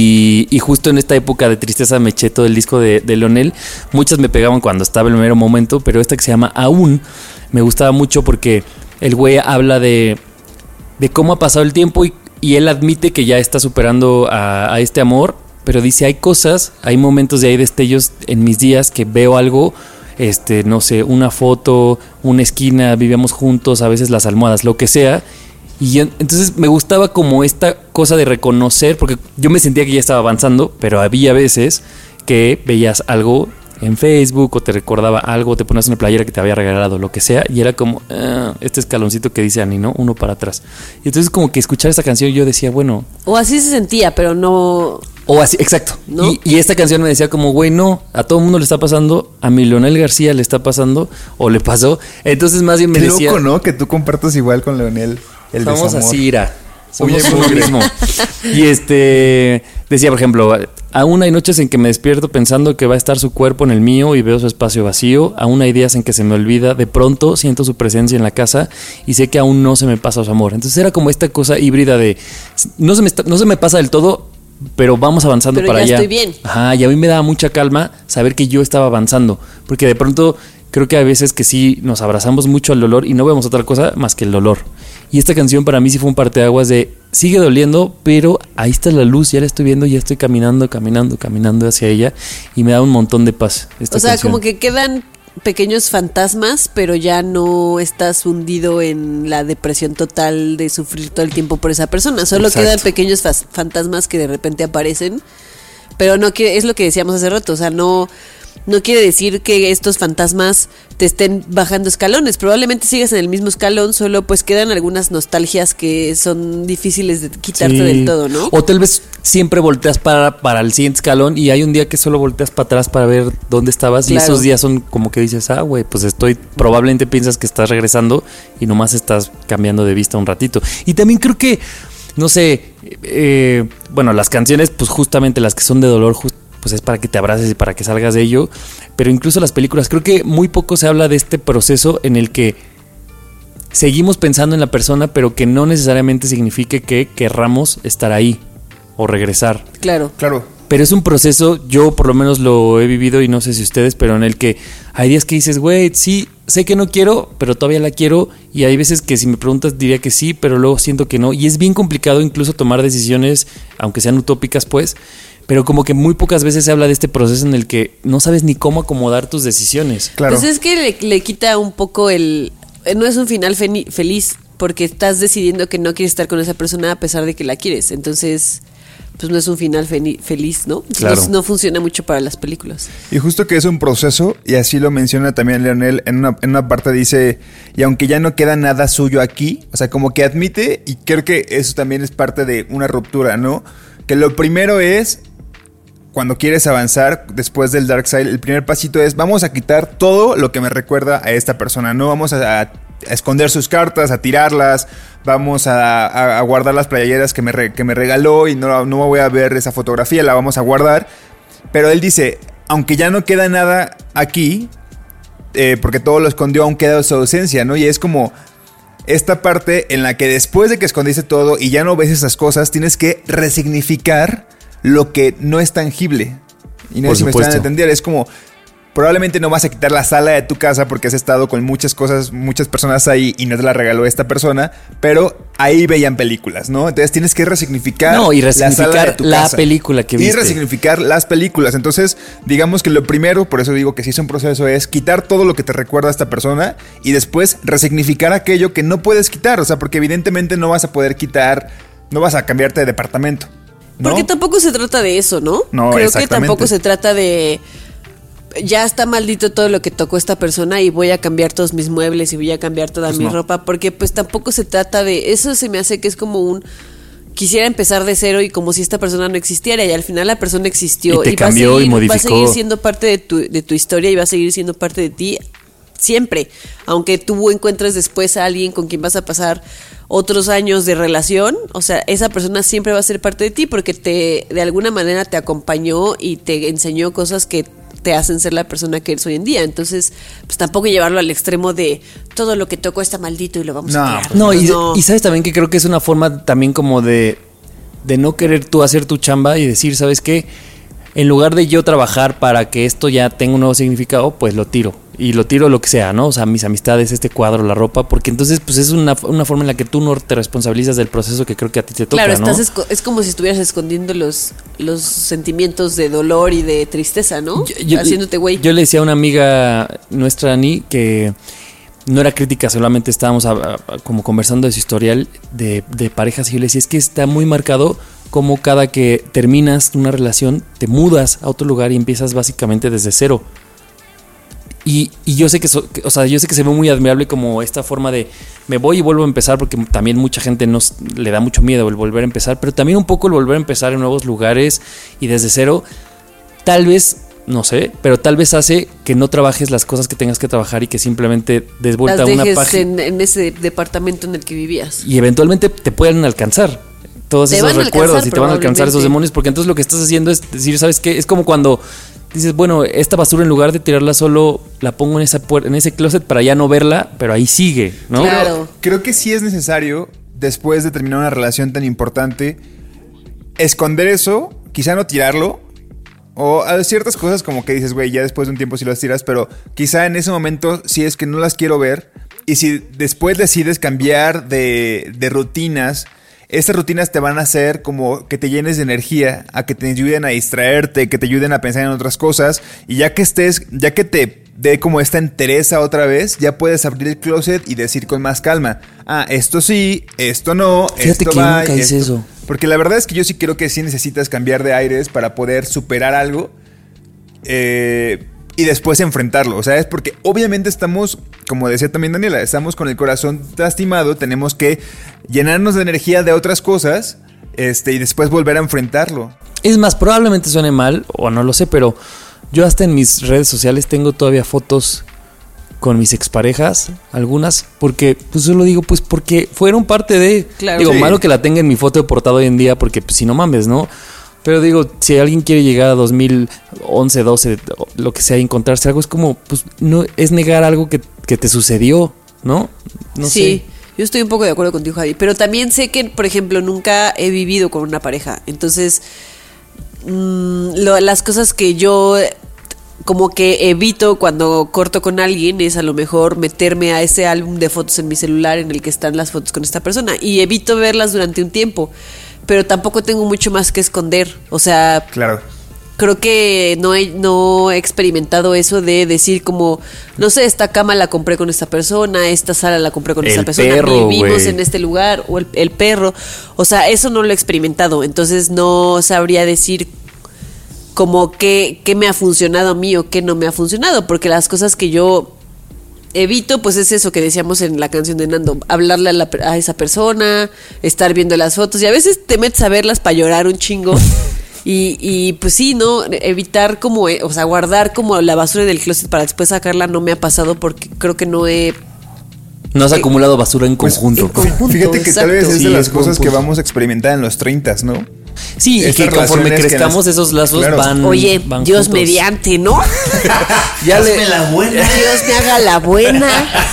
Speaker 7: Y justo en esta época de tristeza me eché todo el disco de Leonel. Muchas me pegaban cuando estaba en el mero momento, pero esta que se llama Aún me gustaba mucho porque el güey habla de cómo ha pasado el tiempo y él admite que ya está superando a este amor, pero dice, hay cosas, hay momentos de ahí destellos en mis días que veo algo, no sé, una foto, una esquina, vivíamos juntos, a veces las almohadas, lo que sea. Y entonces me gustaba como esta cosa de reconocer, porque yo me sentía que ya estaba avanzando, pero había veces que veías algo en Facebook o te recordaba algo, te ponías una playera que te había regalado, lo que sea, y era como este escaloncito que dice Ani, ¿no? Uno para atrás. Y entonces como que escuchar esta canción yo decía, bueno...
Speaker 4: O así se sentía, pero no...
Speaker 7: O así, exacto. ¿No? Y esta canción me decía como, güey, no, a todo el mundo le está pasando, a mi Leonel García le está pasando, o le pasó. Entonces más bien me decía...
Speaker 5: Qué loco, ¿no? Que tú compartas igual con Leonel el
Speaker 7: Somos
Speaker 5: desamor.
Speaker 7: Así, Ira. Somos uno mismo. Y decía, por ejemplo, aún hay noches en que me despierto pensando que va a estar su cuerpo en el mío y veo su espacio vacío. Aún hay días en que se me olvida. De pronto siento su presencia en la casa y sé que aún no se me pasa su amor. Entonces era como esta cosa híbrida de no se me pasa del todo, pero vamos avanzando para allá.
Speaker 4: Pero ya estoy bien.
Speaker 7: Ajá, y a mí me daba mucha calma saber que yo estaba avanzando, porque de pronto creo que a veces que sí nos abrazamos mucho al dolor y no vemos otra cosa más que el dolor. Y esta canción para mí sí fue un parteaguas de sigue doliendo, pero ahí está la luz, ya la estoy viendo, ya estoy caminando hacia ella y me da un montón de paz esta canción.
Speaker 4: Como que quedan pequeños fantasmas, pero ya no estás hundido en la depresión total de sufrir todo el tiempo por esa persona. Solo
Speaker 5: Exacto.
Speaker 4: Quedan pequeños fantasmas que de repente aparecen, pero no quiere, es lo que decíamos hace rato, o sea, no quiere decir que estos fantasmas te estén bajando escalones. Probablemente sigas en el mismo escalón, solo pues quedan algunas nostalgias que son difíciles de quitarte del todo, ¿no?
Speaker 7: O tal vez siempre volteas para el siguiente escalón y hay un día que solo volteas para atrás para ver dónde estabas. Claro. Y esos días son como que dices, güey, pues probablemente piensas que estás regresando y nomás estás cambiando de vista un ratito. Y también creo que, no sé, bueno, las canciones, pues justamente las que son de dolor, pues es para que te abraces y para que salgas de ello. Pero incluso las películas, creo que muy poco se habla de este proceso en el que seguimos pensando en la persona, pero que no necesariamente signifique que querramos estar ahí o regresar.
Speaker 4: Claro.
Speaker 7: Pero es un proceso, yo por lo menos lo he vivido y no sé si ustedes, pero en el que hay días que dices, güey, sí, sé que no quiero, pero todavía la quiero. Y hay veces que si me preguntas diría que sí, pero luego siento que no. Y es bien complicado incluso tomar decisiones, aunque sean utópicas, pues. Pero como que muy pocas veces se habla de este proceso en el que no sabes ni cómo acomodar tus decisiones.
Speaker 5: Claro.
Speaker 4: Pues es que le quita un poco no es un final feliz, porque estás decidiendo que no quieres estar con esa persona a pesar de que la quieres. Entonces, pues no es un final feliz, ¿no?
Speaker 7: Claro.
Speaker 4: Entonces, no funciona mucho para las películas.
Speaker 5: Y justo que es un proceso, y así lo menciona también Leonel, en una parte dice, y aunque ya no queda nada suyo aquí, o sea, como que admite, y creo que eso también es parte de una ruptura, ¿no? Que lo primero es, cuando quieres avanzar después del Dark Side, el primer pasito es, vamos a quitar todo lo que me recuerda a esta persona, ¿no? Vamos a esconder sus cartas, a tirarlas, vamos a guardar las playeras que me regaló y no voy a ver esa fotografía, la vamos a guardar. Pero él dice, aunque ya no queda nada aquí, porque todo lo escondió, aún queda su ausencia, ¿no? Y es como esta parte en la que después de que escondiste todo y ya no ves esas cosas, tienes que resignificar lo que no es tangible. Y no sé si me están entendiendo. Es como, probablemente no vas a quitar la sala de tu casa porque has estado con muchas cosas, muchas personas ahí y no te la regaló esta persona, pero ahí veían películas, ¿no? Entonces tienes que resignificar
Speaker 7: la sala de tu casa, película que viste.
Speaker 5: Y resignificar las películas. Entonces, digamos que lo primero, por eso digo que sí es un proceso, es quitar todo lo que te recuerda a esta persona y después resignificar aquello que no puedes quitar. O sea, porque evidentemente no vas a poder quitar, no vas a cambiarte de departamento, ¿no?
Speaker 4: Porque tampoco se trata de eso, ¿no?
Speaker 5: No,
Speaker 4: creo que tampoco se trata de ya está maldito todo lo que tocó esta persona y voy a cambiar todos mis muebles y voy a cambiar toda mi ropa, porque pues tampoco se trata de eso. Se me hace que es como quisiera empezar de cero y como si esta persona no existiera, y al final la persona existió
Speaker 7: y te cambió y modificó.
Speaker 4: Va a seguir siendo parte de tu historia y va a seguir siendo parte de ti siempre. Aunque tú encuentres después a alguien con quien vas a pasar otros años de relación, o sea, esa persona siempre va a ser parte de ti porque de alguna manera te acompañó y te enseñó cosas que te hacen ser la persona que eres hoy en día. Entonces, pues tampoco llevarlo al extremo de todo lo que tocó está maldito y lo vamos a tirar.
Speaker 7: No, y sabes también que creo que es una forma también como de no querer tú hacer tu chamba y decir, ¿sabes qué? En lugar de yo trabajar para que esto ya tenga un nuevo significado, pues lo tiro. Y lo tiro lo que sea, ¿no? O sea, mis amistades, este cuadro, la ropa, porque entonces pues es una forma en la que tú no te responsabilizas del proceso que creo que a ti te toca,
Speaker 4: claro,
Speaker 7: ¿no?
Speaker 4: Es como si estuvieras escondiendo los sentimientos de dolor y de tristeza, ¿no? Haciéndote güey.
Speaker 7: Yo le decía a una amiga nuestra, Ani, que no era crítica, solamente estábamos como conversando de su historial de parejas, y yo le decía, es que está muy marcado como cada que terminas una relación te mudas a otro lugar y empiezas básicamente desde cero. Y yo sé que yo sé que se ve muy admirable como esta forma de me voy y vuelvo a empezar, porque también mucha gente le da mucho miedo el volver a empezar, pero también un poco el volver a empezar en nuevos lugares y desde cero, tal vez, no sé, pero tal vez hace que no trabajes las cosas que tengas que trabajar y que simplemente des vuelta a una página
Speaker 4: en ese departamento en el que vivías.
Speaker 7: Y eventualmente te pueden alcanzar todos esos recuerdos y te van a alcanzar esos demonios, porque entonces lo que estás haciendo es decir, ¿sabes qué? Es como cuando dices, bueno, esta basura en lugar de tirarla solo, la pongo en ese closet para ya no verla, pero ahí sigue, ¿no?
Speaker 5: Claro. Creo que sí es necesario, después de terminar una relación tan importante, esconder eso, quizá no tirarlo, o a ciertas cosas como que dices, güey, ya después de un tiempo sí las tiras, pero quizá en ese momento sí es que no las quiero ver, y si después decides cambiar de rutinas, estas rutinas te van a hacer como que te llenes de energía, a que te ayuden a distraerte, que te ayuden a pensar en otras cosas. Y ya que te dé como esta entereza otra vez, ya puedes abrir el closet y decir con más calma, esto sí, esto no,
Speaker 7: fíjate
Speaker 5: esto
Speaker 7: que
Speaker 5: va.
Speaker 7: Nunca hice eso.
Speaker 5: Porque la verdad es que yo sí creo que sí necesitas cambiar de aires para poder superar algo. Y después enfrentarlo, o sea, es porque obviamente estamos, como decía también Daniela, estamos con el corazón lastimado, tenemos que llenarnos de energía de otras cosas, y después volver a enfrentarlo.
Speaker 7: Es más, probablemente suene mal, o no lo sé, pero yo hasta en mis redes sociales tengo todavía fotos con mis exparejas, algunas, porque, pues yo lo digo, pues porque fueron parte de,
Speaker 4: claro,
Speaker 7: digo,
Speaker 4: sí.
Speaker 7: Malo que la tenga en mi foto de portada hoy en día, porque pues si no mames, ¿no? Pero digo, si alguien quiere llegar a 2011, 12, lo que sea, y encontrarse algo, es como, pues, no es negar algo que te sucedió, ¿no? No
Speaker 4: sí,
Speaker 7: sé.
Speaker 4: Yo estoy un poco de acuerdo contigo, Javi. Pero también sé que, por ejemplo, nunca he vivido con una pareja. Entonces, las cosas que yo como que evito cuando corto con alguien es a lo mejor meterme a ese álbum de fotos en mi celular en el que están las fotos con esta persona. Y evito verlas durante un tiempo. Pero tampoco tengo mucho más que esconder. O sea,
Speaker 5: claro,
Speaker 4: creo que no he experimentado eso de decir como, no sé, esta cama la compré con esta persona, esta sala la compré con esta persona,
Speaker 7: perro,
Speaker 4: vivimos en este lugar, o el perro. O sea, eso no lo he experimentado. Entonces no sabría decir como qué me ha funcionado a mí o qué no me ha funcionado. Porque las cosas que yo evito, pues es eso que decíamos en la canción de Nando, hablarle a esa persona, estar viendo las fotos, y a veces te metes a verlas para llorar un chingo. Y pues sí, ¿no? Evitar como, o sea, guardar como la basura en el closet para después sacarla no me ha pasado porque creo que no has
Speaker 7: acumulado basura en conjunto.
Speaker 5: Fíjate que tal vez es
Speaker 7: Sí,
Speaker 5: de las
Speaker 7: es
Speaker 5: cosas
Speaker 7: buen
Speaker 5: que
Speaker 7: punto.
Speaker 5: vamos a experimentar en los 30s, ¿no?
Speaker 7: Sí, y
Speaker 5: Estas
Speaker 7: que conforme
Speaker 5: relaciones que
Speaker 7: crezcamos esos lazos
Speaker 5: claro.
Speaker 4: Oye,
Speaker 7: van
Speaker 4: Dios
Speaker 7: juntos.
Speaker 4: mediante, ¿no?
Speaker 6: Hazme la buena.
Speaker 4: Dios me haga la buena.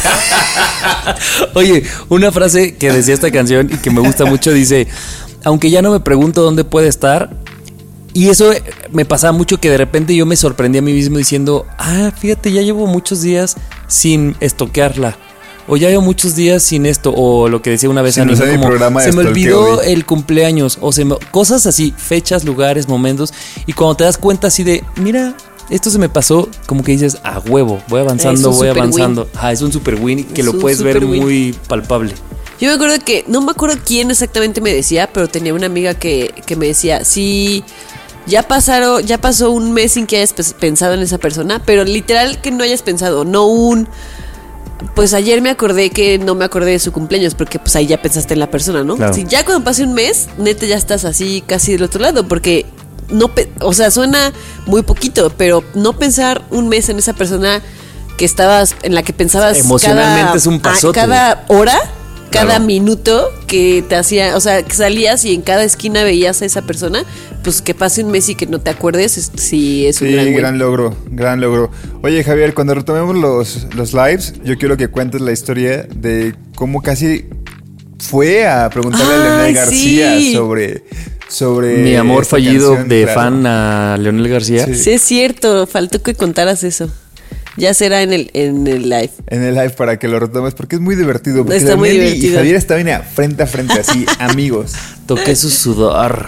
Speaker 7: Oye, una frase que decía esta canción y que me gusta mucho dice, aunque ya no me pregunto dónde puede estar. Y eso me pasaba mucho, que de repente yo me sorprendí a mí mismo diciendo, fíjate, ya llevo muchos días sin estoquearla, o ya llevo muchos días sin esto, o lo que decía una vez
Speaker 5: Sí,
Speaker 7: a mí,
Speaker 5: no sé, mi
Speaker 7: como
Speaker 5: programa de
Speaker 7: se me
Speaker 5: stalkeo,
Speaker 7: olvidó
Speaker 5: güey.
Speaker 7: el cumpleaños, o cosas así, fechas, lugares, momentos, y cuando te das cuenta así de, mira, esto se me pasó, como que dices, a huevo, voy avanzando, voy
Speaker 4: super
Speaker 7: avanzando. Es un super win que
Speaker 4: Es
Speaker 7: lo
Speaker 4: un
Speaker 7: puedes ver
Speaker 4: super win.
Speaker 7: muy palpable.
Speaker 4: Yo me acuerdo que, no me acuerdo quién exactamente me decía, pero tenía una amiga que me decía, sí, ya pasó un mes sin que hayas pensado en esa persona, pero literal que no hayas pensado, pues ayer me acordé que no me acordé de su cumpleaños, porque pues ahí ya pensaste en la persona, ¿no?
Speaker 7: Claro.
Speaker 4: Si ya cuando pase un mes, neta ya estás así casi del otro lado, porque o sea, suena muy poquito, pero no pensar un mes en esa persona estabas, en la que pensabas
Speaker 7: emocionalmente es un pasote.
Speaker 4: Cada hora, cada minuto que te hacía, o sea, que salías y en cada esquina veías a esa persona, pues que pase un mes y que no te acuerdes, sí es un
Speaker 5: gran logro. Oye, Javier, cuando retomemos los lives, yo quiero que cuentes la historia de cómo casi fue a preguntarle a Leonel García sobre
Speaker 7: mi amor fallido
Speaker 5: canción,
Speaker 7: de fan a Leonel García.
Speaker 4: Sí, es cierto, faltó que contaras eso. Ya será en el live.
Speaker 5: En el live para que lo retomes, porque es muy divertido. Porque
Speaker 4: está muy divertido.
Speaker 5: Y Javier estaban frente a frente, así, amigos.
Speaker 7: Toqué su sudor.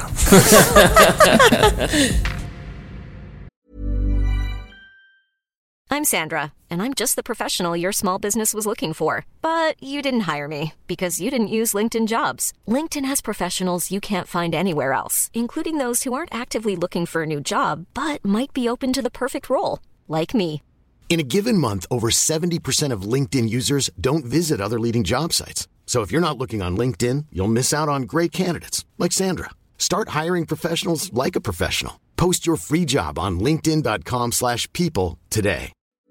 Speaker 10: I'm Sandra, and I'm just the professional your small business was looking for. But you didn't hire me because you didn't use LinkedIn Jobs. LinkedIn has professionals you can't find anywhere else, including those who aren't actively looking for a new job, but might be open to the perfect role, like me.
Speaker 11: In a given month, over 70% of LinkedIn users don't visit other leading job sites. So if you're not looking on LinkedIn, you'll miss out on great candidates like Sandra. Start hiring professionals like a professional. Post your free job on linkedin.com/people today.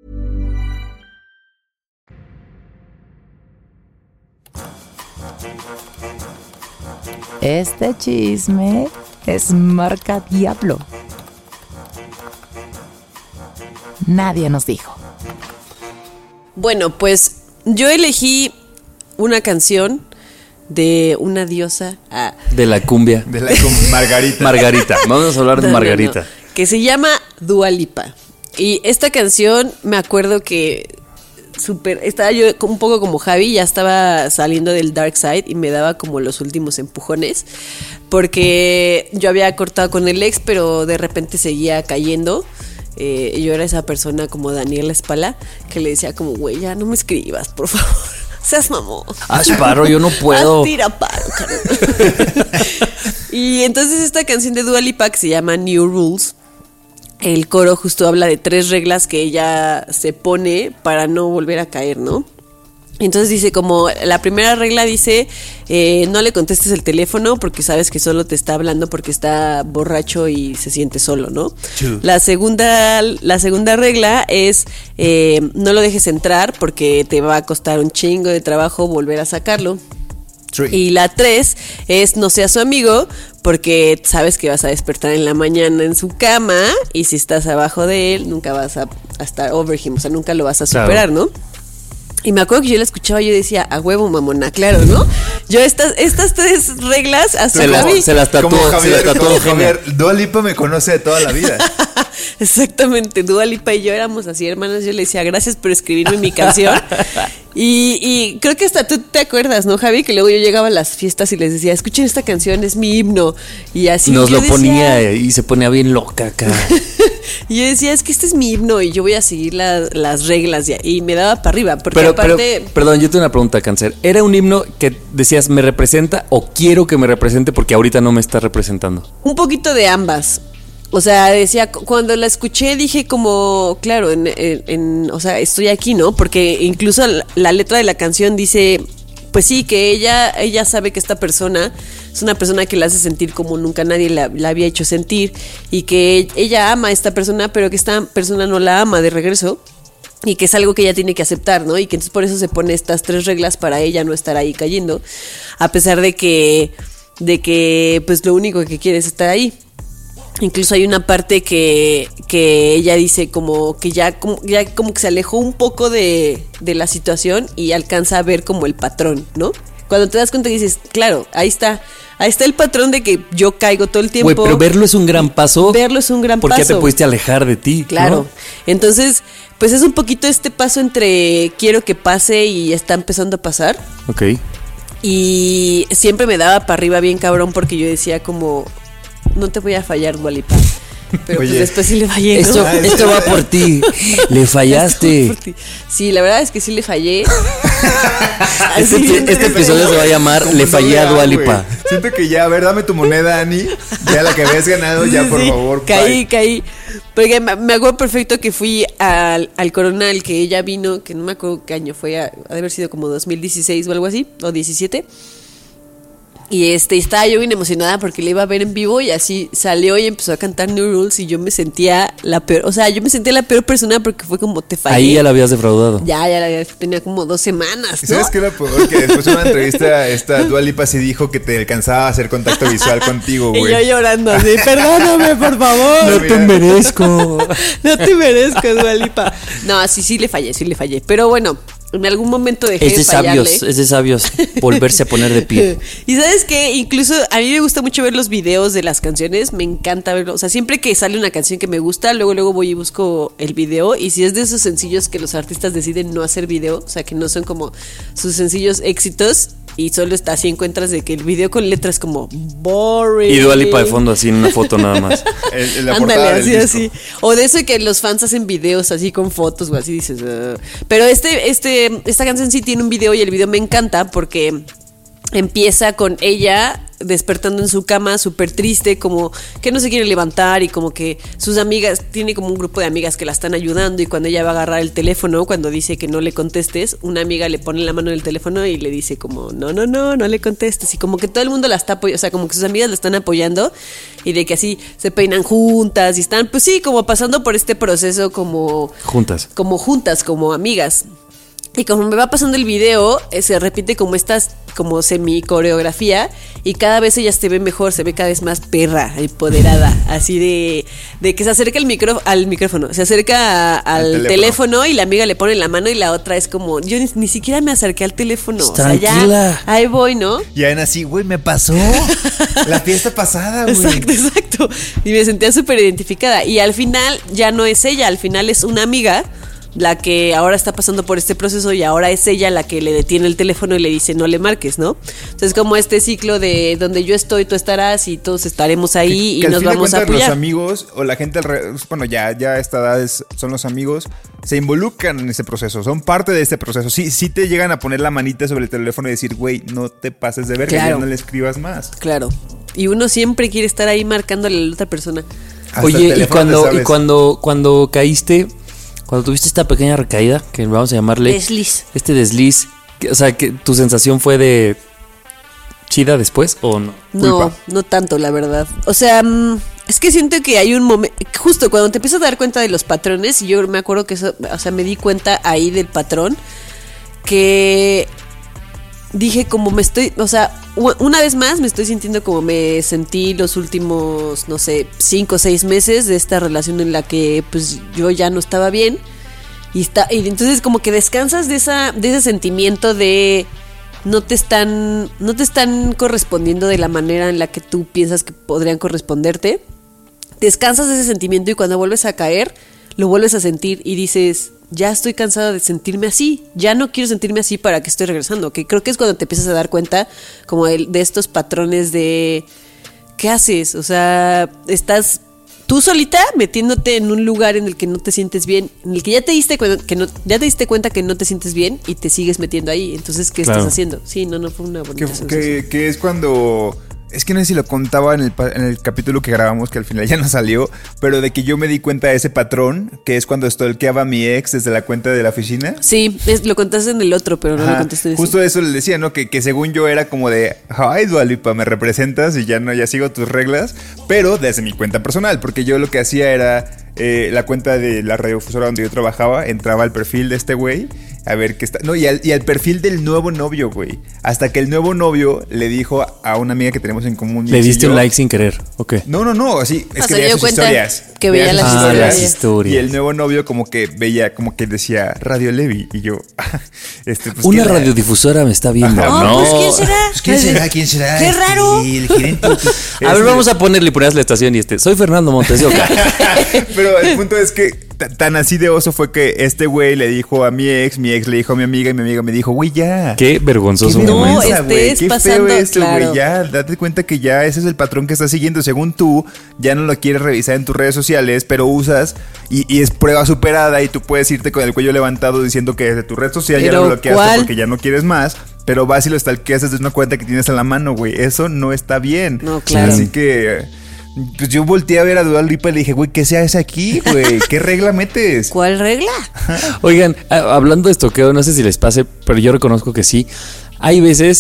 Speaker 9: Este chisme es marca Diablo. Nadie nos dijo.
Speaker 4: Bueno, pues yo elegí una canción de una diosa.
Speaker 7: De la cumbia.
Speaker 5: Margarita.
Speaker 7: Margarita. Vamos a hablar de Margarita.
Speaker 4: No. Que se llama Dua Lipa. Y esta canción me acuerdo que estaba yo un poco como Javi, ya estaba saliendo del dark side y me daba como los últimos empujones. Porque yo había cortado con el ex, pero de repente seguía cayendo. Yo era esa persona como Daniela Espala que le decía como, güey, ya no me escribas, por favor, seas mamón.
Speaker 7: Haz paro, yo no puedo.
Speaker 4: Tira paro, carnal. Y entonces esta canción de Dua Lipa que se llama New Rules, el coro justo habla de 3 reglas que ella se pone para no volver a caer, ¿no? Entonces dice como, la primera regla dice, no le contestes el teléfono porque sabes que solo te está hablando porque está borracho y se siente solo, ¿no? True. La segunda regla es, no lo dejes entrar porque te va a costar un chingo de trabajo volver a sacarlo. True. Y la 3 es, no seas su amigo porque sabes que vas a despertar en la mañana en su cama y si estás abajo de él nunca vas a estar over him, o sea, nunca lo vas a superar, claro, ¿no? Y me acuerdo que yo la escuchaba y yo decía, a huevo, mamona, claro, ¿no? Yo estas 3 reglas a su Javi.
Speaker 7: Se las tatuó
Speaker 5: Javier. Dua Lipa me conoce de toda la vida.
Speaker 4: Exactamente, Dua Lipa y yo éramos así, hermanos. Yo le decía, gracias por escribirme mi canción. Y creo que hasta tú te acuerdas, ¿no, Javi? Que luego yo llegaba a las fiestas y les decía, escuchen esta canción, es mi himno. Y así
Speaker 7: nos lo ponía y se ponía bien loca acá.
Speaker 4: Y yo decía, es que este es mi himno y yo voy a seguir las reglas. Y me daba para arriba. Porque aparte...
Speaker 7: Perdón, yo tengo una pregunta, Cáncer. ¿Era un himno que decías, me representa o quiero que me represente porque ahorita no me está representando?
Speaker 4: Un poquito de ambas. O sea, decía, cuando la escuché dije como, claro, o sea, estoy aquí, ¿no? Porque incluso la letra de la canción dice, pues sí, que ella sabe que esta persona es una persona que la hace sentir como nunca nadie la había hecho sentir y que ella ama a esta persona, pero que esta persona no la ama de regreso y que es algo que ella tiene que aceptar, ¿no? Y que entonces por eso se pone estas 3 reglas para ella no estar ahí cayendo, a pesar de que pues lo único que quiere es estar ahí. Incluso hay una parte que ella dice como que ya como que se alejó un poco de la situación y alcanza a ver como el patrón, ¿no? Cuando te das cuenta y dices, claro, ahí está el patrón de que yo caigo todo el tiempo.
Speaker 7: Güey, pero verlo es un gran paso.
Speaker 4: Verlo es un gran paso.
Speaker 7: Porque ya te pudiste alejar de ti.
Speaker 4: Claro.
Speaker 7: ¿No?
Speaker 4: Entonces, pues es un poquito este paso entre quiero que pase y está empezando a pasar.
Speaker 7: Ok.
Speaker 4: Y siempre me daba para arriba bien cabrón porque yo decía como... No te voy a fallar, Dua Lipa. Pero pues después sí le fallé, ¿no?
Speaker 7: Esto va por ti. Le fallaste.
Speaker 4: Sí, la verdad es que sí le fallé.
Speaker 7: Este episodio se va a llamar Le fallé a Dua Lipa.
Speaker 5: Siento que ya, a ver, dame tu moneda, Ani. Ya la que habías ganado, ya por favor.
Speaker 4: Caí. Porque me acuerdo perfecto que fui al Corona al que ella vino, que no me acuerdo qué año fue, ha de haber sido como 2016 o algo así, o 17. Y estaba yo bien emocionada porque le iba a ver en vivo y así salió y empezó a cantar New Rules y yo me sentía la peor, o sea, yo me sentía la peor persona porque fue como te fallé.
Speaker 7: Ahí ya la habías defraudado.
Speaker 4: Ya tenía como 2 semanas, ¿no?
Speaker 5: ¿Sabes qué era peor? Que después de una entrevista esta Dua Lipa sí dijo que te alcanzaba a hacer contacto visual contigo, güey.
Speaker 4: Y yo llorando así, perdóname, por favor.
Speaker 7: No te merezco.
Speaker 4: No te merezco, Dua Lipa. No, sí le fallé. Pero bueno, en algún momento dejé de fallarle.
Speaker 7: Es de sabios volverse a poner de pie.
Speaker 4: Y ¿sabes qué? Incluso a mí me gusta mucho ver los videos de las canciones. Me encanta verlo. O sea, siempre que sale una canción que me gusta, luego voy y busco el video. Y si es de esos sencillos que los artistas deciden no hacer video, o sea, que no son como sus sencillos éxitos, y solo está así, encuentras de que el video con letras como boring.
Speaker 7: Y Dua Lipa de fondo así en una foto nada más.
Speaker 4: Ándale, así. O de eso que los fans hacen videos así con fotos o así dices. Pero esta canción sí tiene un video y el video me encanta porque empieza con ella despertando en su cama súper triste, como que no se quiere levantar y como que sus amigas, tiene como un grupo de amigas que la están ayudando y cuando ella va a agarrar el teléfono, cuando dice que no le contestes, una amiga le pone la mano en el teléfono y le dice como no le contestes y como que todo el mundo la está apoyando, o sea, como que sus amigas la están apoyando y de que así se peinan juntas y están pues sí, como pasando por este proceso como juntas, como amigas. Y como me va pasando el video, se repite como estas, como semi coreografía y cada vez ella se ve mejor, se ve cada vez más perra, empoderada, así de que se acerca al micrófono, se acerca al teléfono y la amiga le pone la mano y la otra es como, yo ni siquiera me acerqué al teléfono,
Speaker 7: tranquila.
Speaker 4: O sea, ya, ahí voy, ¿no?
Speaker 5: Y Ana así, güey, me pasó la fiesta pasada, güey.
Speaker 4: Exacto. Y me sentía súper identificada y al final ya no es ella, al final es una amiga la que ahora está pasando por este proceso y ahora es ella la que le detiene el teléfono y le dice no le marques, ¿no? Entonces como este ciclo de donde yo estoy, tú estarás y todos estaremos ahí y nos vamos a apoyar.
Speaker 5: Los amigos o la gente alrededor, bueno, ya a esta edad son los amigos, se involucran en ese proceso, son parte de este proceso. Sí te llegan a poner la manita sobre el teléfono y decir, güey, no te pases de verga,
Speaker 4: claro.
Speaker 5: Ya no le escribas más.
Speaker 4: Claro. Y uno siempre quiere estar ahí marcándole a la otra persona.
Speaker 5: Hasta
Speaker 7: oye, y cuando caíste, cuando tuviste esta pequeña recaída, que vamos a llamarle
Speaker 4: desliz,
Speaker 7: o sea, que tu sensación fue de chida después o no?
Speaker 4: No tanto, la verdad. O sea, es que siento que hay un momento, justo cuando te empiezas a dar cuenta de los patrones, y yo me acuerdo que eso, o sea, me di cuenta ahí del patrón, que dije como me estoy, o sea, una vez más me estoy sintiendo como me sentí los últimos, no sé, 5 o 6 meses de esta relación en la que pues yo ya no estaba bien y entonces como que descansas de ese sentimiento de no te están correspondiendo de la manera en la que tú piensas que podrían corresponderte. Descansas de ese sentimiento y cuando vuelves a caer lo vuelves a sentir y dices, ya estoy cansada de sentirme así, ya no quiero sentirme así, ¿para qué estoy regresando? Que creo que es cuando te empiezas a dar cuenta como de estos patrones de ¿qué haces? O sea, estás tú solita metiéndote en un lugar en el que no te sientes bien, en el que ya te diste cuenta que no te sientes bien y te sigues metiendo ahí. Entonces, ¿qué estás haciendo? Sí, no fue una bonita sensación.
Speaker 5: Que es cuando... Es que no sé si lo contaba en el capítulo que grabamos, que al final ya no salió, pero de que yo me di cuenta de ese patrón, que es cuando stalkeaba a mi ex desde la cuenta de la oficina.
Speaker 4: Sí, lo contaste en el otro, pero no lo contaste en ese.
Speaker 5: Justo eso le decía, ¿no? Que según yo era como de, ay, Dua Lipa, me representas y ya sigo tus reglas, pero desde mi cuenta personal, porque yo lo que hacía era la cuenta de la radiodifusora donde yo trabajaba, entraba al perfil de este güey, a ver qué está. No, y al perfil del nuevo novio, güey. Hasta que el nuevo novio le dijo a una amiga que tenemos en común.
Speaker 7: Le diste un like sin querer, ¿ok?
Speaker 5: No, así, es que veía sus historias.
Speaker 4: Que veía las
Speaker 7: historias.
Speaker 5: Y el nuevo novio como que veía, como que decía Radio Levi. Y yo, pues
Speaker 7: una radiodifusora me está viendo.
Speaker 4: Ajá, no, pues ¿quién será?
Speaker 5: ¿Quién será?
Speaker 4: ¡Qué raro!
Speaker 5: El gerente.
Speaker 7: A ver, vamos a ponerle por la estación y soy Fernando Montes de Oca.
Speaker 5: Pero el punto es que tan así de oso fue que este güey le dijo a mi ex le dijo a mi amiga y mi amiga me dijo, güey, ya.
Speaker 7: Qué vergonzoso.
Speaker 4: No, estés
Speaker 5: qué
Speaker 4: pasando,
Speaker 5: feo esto,
Speaker 4: claro.
Speaker 5: Güey, ya, date cuenta que ya ese es el patrón que estás siguiendo. Según tú, ya no lo quieres revisar en tus redes sociales, pero usas y es prueba superada y tú puedes irte con el cuello levantado diciendo que desde tu red social ya lo bloqueaste porque ya no quieres más. Pero vas y lo stalkeas desde una cuenta que tienes a la mano, güey. Eso no está bien.
Speaker 4: No, claro.
Speaker 5: Así que... Pues yo volteé a ver a Dua Lipa y le dije, güey, ¿qué se hace aquí, güey? ¿Qué regla metes?
Speaker 4: ¿Cuál regla?
Speaker 7: Oigan, hablando de estoqueo, no sé si les pase, pero yo reconozco que sí. Hay veces,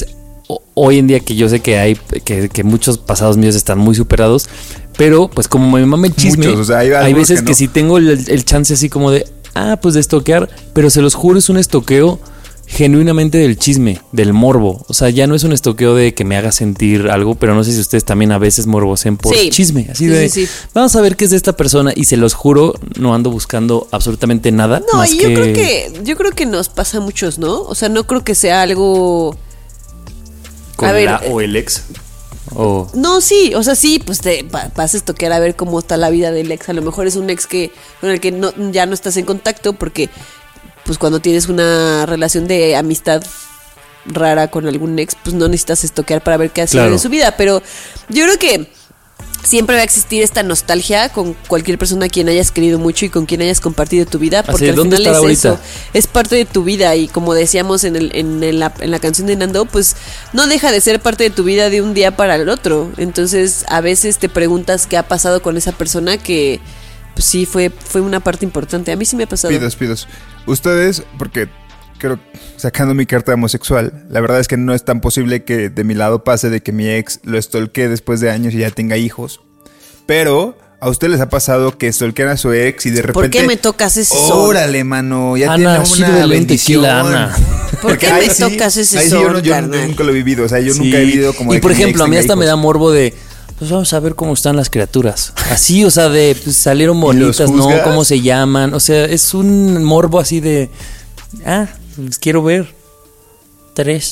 Speaker 7: hoy en día que yo sé que hay que muchos pasados míos están muy superados, pero pues como me mama el chisme,
Speaker 5: muchos, o sea, hay
Speaker 7: veces
Speaker 5: que
Speaker 7: que
Speaker 5: no.
Speaker 7: si tengo el chance así como de, pues de estoquear, pero se los juro es un estoqueo genuinamente del chisme, del morbo. O sea, ya no es un estoqueo de que me haga sentir algo, pero no sé si ustedes también a veces morbosen por chisme. Así de, vamos a ver qué es de esta persona. Y se los juro, no ando buscando absolutamente nada.
Speaker 4: No,
Speaker 7: más
Speaker 4: y yo creo que nos pasa a muchos, ¿no? O sea, no creo que sea algo...
Speaker 7: Con o el ex. O...
Speaker 4: No, sí, o sea, sí, pues te vas a estoquear a ver cómo está la vida del ex. A lo mejor es un ex con el que ya no estás en contacto porque... pues cuando tienes una relación de amistad rara con algún ex, pues no necesitas estoquear para ver qué ha sido de su vida. Pero yo creo que siempre va a existir esta nostalgia con cualquier persona a quien hayas querido mucho y con quien hayas compartido tu vida, porque al final es eso, es parte de tu vida. Y como decíamos en la canción de Nando, pues no deja de ser parte de tu vida de un día para el otro. Entonces a veces te preguntas qué ha pasado con esa persona que... pues sí, fue una parte importante. A mí sí me ha pasado.
Speaker 5: Pidos. Ustedes, porque creo, sacando mi carta de homosexual, la verdad es que no es tan posible que de mi lado pase de que mi ex lo stalkee después de años y ya tenga hijos. Pero a ustedes les ha pasado que stalkean a su ex y de repente...
Speaker 4: ¿Por qué me tocas ese son?
Speaker 5: Órale, mano, ya
Speaker 7: Ana,
Speaker 5: tiene una bendición.
Speaker 7: Ana.
Speaker 4: ¿Por qué me tocas ese son,
Speaker 5: yo nunca lo he vivido, o sea, yo nunca he vivido como...
Speaker 7: Y por ejemplo, a mí hasta me da morbo de... pues vamos a ver cómo están las criaturas. Así, o sea, de pues, salieron bonitas, ¿no? ¿Cómo se llaman? O sea, es un morbo así de... les quiero ver. 3.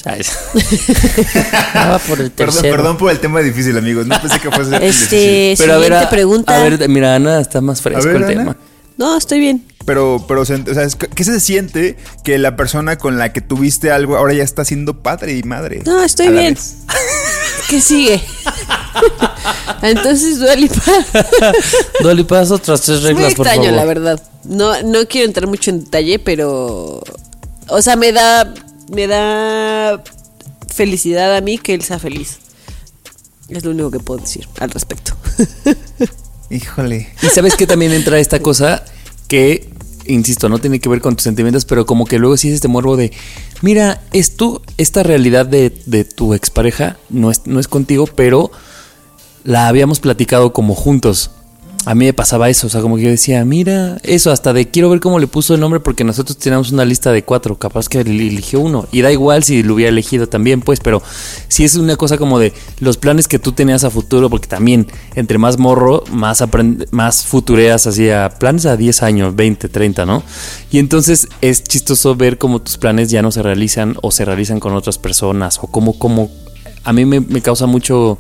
Speaker 7: Por el tercero.
Speaker 5: Perdón por el tema difícil, amigos. No pensé que fuese
Speaker 4: difícil. Pero
Speaker 7: siguiente
Speaker 4: pregunta.
Speaker 7: A ver, mira, Ana, está más fresco el tema.
Speaker 4: No, estoy bien.
Speaker 5: Pero, o sea, ¿qué se siente que la persona con la que tuviste algo ahora ya está siendo padre y madre?
Speaker 4: No, estoy bien. ¿Qué sigue? Entonces, Dua Lipa.
Speaker 7: Dua Lipa es otras 3 reglas,
Speaker 4: por favor. Muy extraño, la verdad. No quiero entrar mucho en detalle, pero... o sea, me da felicidad a mí que él sea feliz. Es lo único que puedo decir al respecto.
Speaker 5: Híjole.
Speaker 7: Y sabes que también entra esta cosa que, insisto, no tiene que ver con tus sentimientos, pero como que luego sí es este morbo de, mira, esta realidad de tu expareja no es contigo, pero la habíamos platicado como juntos. A mí me pasaba eso, o sea, como que yo decía, mira, eso, hasta de quiero ver cómo le puso el nombre, porque nosotros teníamos una lista de 4, capaz que eligió uno, y da igual si lo hubiera elegido también, pues, pero sí es una cosa como de los planes que tú tenías a futuro, porque también, entre más morro, más futureas hacia planes a 10 años, 20, 30, ¿no? Y entonces es chistoso ver cómo tus planes ya no se realizan, o se realizan con otras personas, o cómo a mí me causa mucho...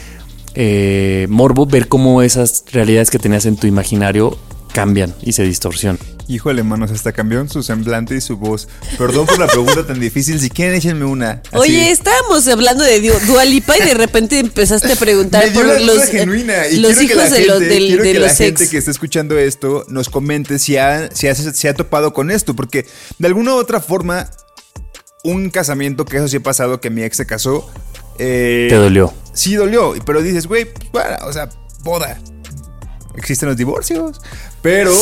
Speaker 7: morbo ver cómo esas realidades que tenías en tu imaginario cambian y se distorsionan.
Speaker 5: Híjole, manos, hasta cambió su semblante y su voz. Perdón por la pregunta tan difícil. Si quieren, échenme una. Así.
Speaker 4: Oye, estábamos hablando de Dua Lipa y de repente empezaste a preguntar por los hijos de los
Speaker 5: que la gente que está escuchando esto nos comente si ha topado con esto, porque de alguna u otra forma un casamiento, que eso sí ha pasado, que mi ex se casó.
Speaker 7: ¿Te dolió?
Speaker 5: Sí, dolió, pero dices, güey, bueno, o sea, boda. Existen los divorcios. Pero,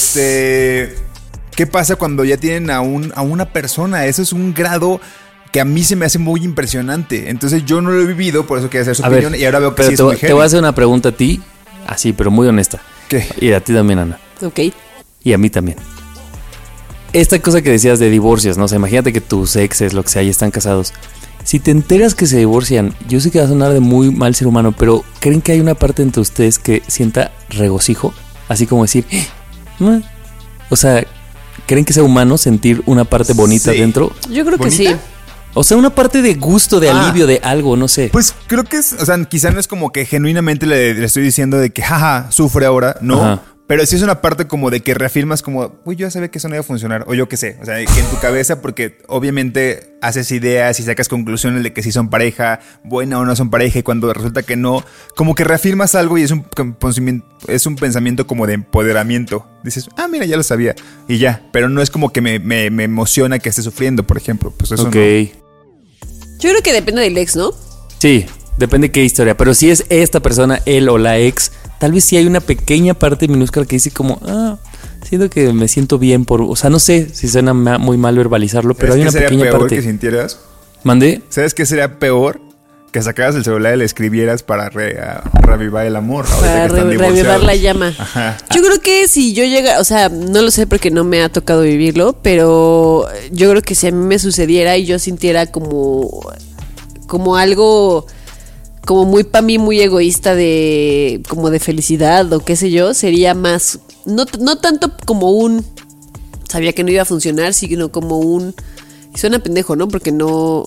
Speaker 5: ¿qué pasa cuando ya tienen a una persona? Eso es un grado que a mí se me hace muy impresionante. Entonces yo no lo he vivido, por eso quería hacer su opinión. Y ahora veo que sí es muy heavy.
Speaker 7: Te voy a hacer una pregunta a ti, así, pero muy honesta.
Speaker 5: ¿Qué?
Speaker 7: Y a ti también, Ana.
Speaker 4: Ok.
Speaker 7: Y a mí también. Esta cosa que decías de divorcios, ¿no? O sea, imagínate que tus exes, lo que sea, ya están casados. Si te enteras que se divorcian, yo sé que va a sonar de muy mal ser humano, pero ¿creen que hay una parte entre ustedes que sienta regocijo? Así como decir, o sea, ¿creen que sea humano sentir una parte bonita dentro?
Speaker 4: Yo creo que sí.
Speaker 7: O sea, una parte de gusto, de alivio, de algo, no sé.
Speaker 5: Pues creo que es, o sea, quizá no es como que genuinamente le estoy diciendo de que, jaja, sufre ahora, ¿no? Ajá. Pero sí es una parte como de que reafirmas como, uy, yo ya sabía que eso no iba a funcionar, o yo qué sé, o sea, que en tu cabeza, porque obviamente haces ideas y sacas conclusiones de que sí son pareja, buena o no son pareja, y cuando resulta que no, como que reafirmas algo y es un pensamiento como de empoderamiento. Dices, mira, ya lo sabía, y ya, pero no es como que me emociona que esté sufriendo, por ejemplo, pues eso no.
Speaker 4: Yo creo que depende del ex, ¿no?
Speaker 7: Sí, depende de qué historia, pero si es esta persona, él o la ex, tal vez sí hay una pequeña parte minúscula que dice como, siento que me siento bien por... O sea, no sé si suena muy mal verbalizarlo, pero hay una pequeña parte.
Speaker 5: ¿Es que sintieras
Speaker 7: ¿Mandé?
Speaker 5: ¿Sabes qué sería peor? Que sacaras el celular y le escribieras para reavivar el amor.
Speaker 4: Para reavivar la llama. Ajá. Yo creo que si yo llegara, o sea, no lo sé porque no me ha tocado vivirlo, pero yo creo que si a mí me sucediera y yo sintiera como algo como muy para mí muy egoísta como de felicidad o qué sé yo, sería más no tanto como sabía que no iba a funcionar, sino como y suena pendejo, ¿no? Porque no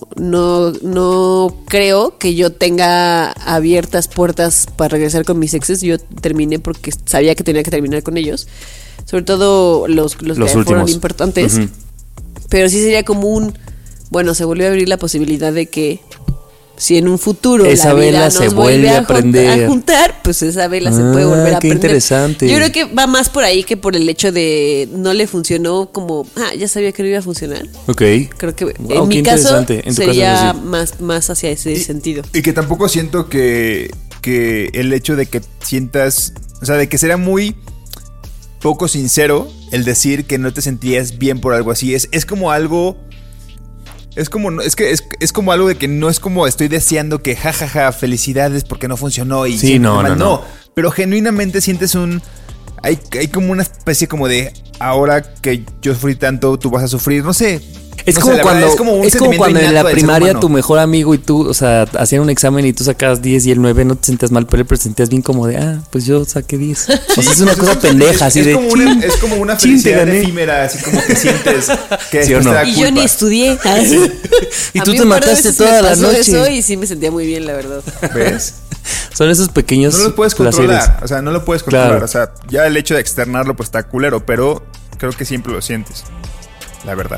Speaker 4: creo que yo tenga abiertas puertas para regresar con mis exes. Yo terminé porque sabía que tenía que terminar con ellos. Sobre todo los que fueron importantes. Uh-huh. Pero sí sería como bueno, se volvió a abrir la posibilidad de que si en un futuro
Speaker 7: esa
Speaker 4: la vida
Speaker 7: vela
Speaker 4: nos
Speaker 7: se vuelve a
Speaker 4: juntar, pues esa vela se puede volver a
Speaker 7: qué
Speaker 4: prender.
Speaker 7: Interesante.
Speaker 4: Yo creo que va más por ahí que por el hecho de no le funcionó como, ya sabía que no iba a funcionar.
Speaker 7: Ok.
Speaker 4: Creo que en mi caso sería más hacia ese sentido.
Speaker 5: Y que tampoco siento que el hecho de que sientas, o sea, de que será muy poco sincero el decir que no te sentías bien por algo así. Es como algo... Es como algo de que no es como estoy deseando que jajaja, felicidades porque no funcionó y
Speaker 7: sí, no.
Speaker 5: Pero genuinamente sientes hay como una especie como de ahora que yo sufrí tanto, tú vas a sufrir, no sé.
Speaker 7: Es como cuando en la primaria tu mejor amigo y tú, o sea, hacían un examen y tú sacabas 10 y el 9, no te sentías mal, pero te sentías bien como de, pues yo saqué 10. Sí, o sea, es una cosa pendeja, así
Speaker 5: es como una felicidad efímera, así como que sientes que
Speaker 7: ¿sí o no?
Speaker 4: Y yo ni estudié.
Speaker 7: Y tú te mataste toda la noche.
Speaker 4: Eso y sí me sentía muy bien, la verdad.
Speaker 5: ¿Ves?
Speaker 7: Son esos pequeños
Speaker 5: no lo puedes controlar,
Speaker 7: placeres.
Speaker 5: o sea, no lo puedes controlar,
Speaker 7: claro.
Speaker 5: O sea, ya el hecho de externarlo pues está culero, pero creo que siempre lo sientes, la verdad.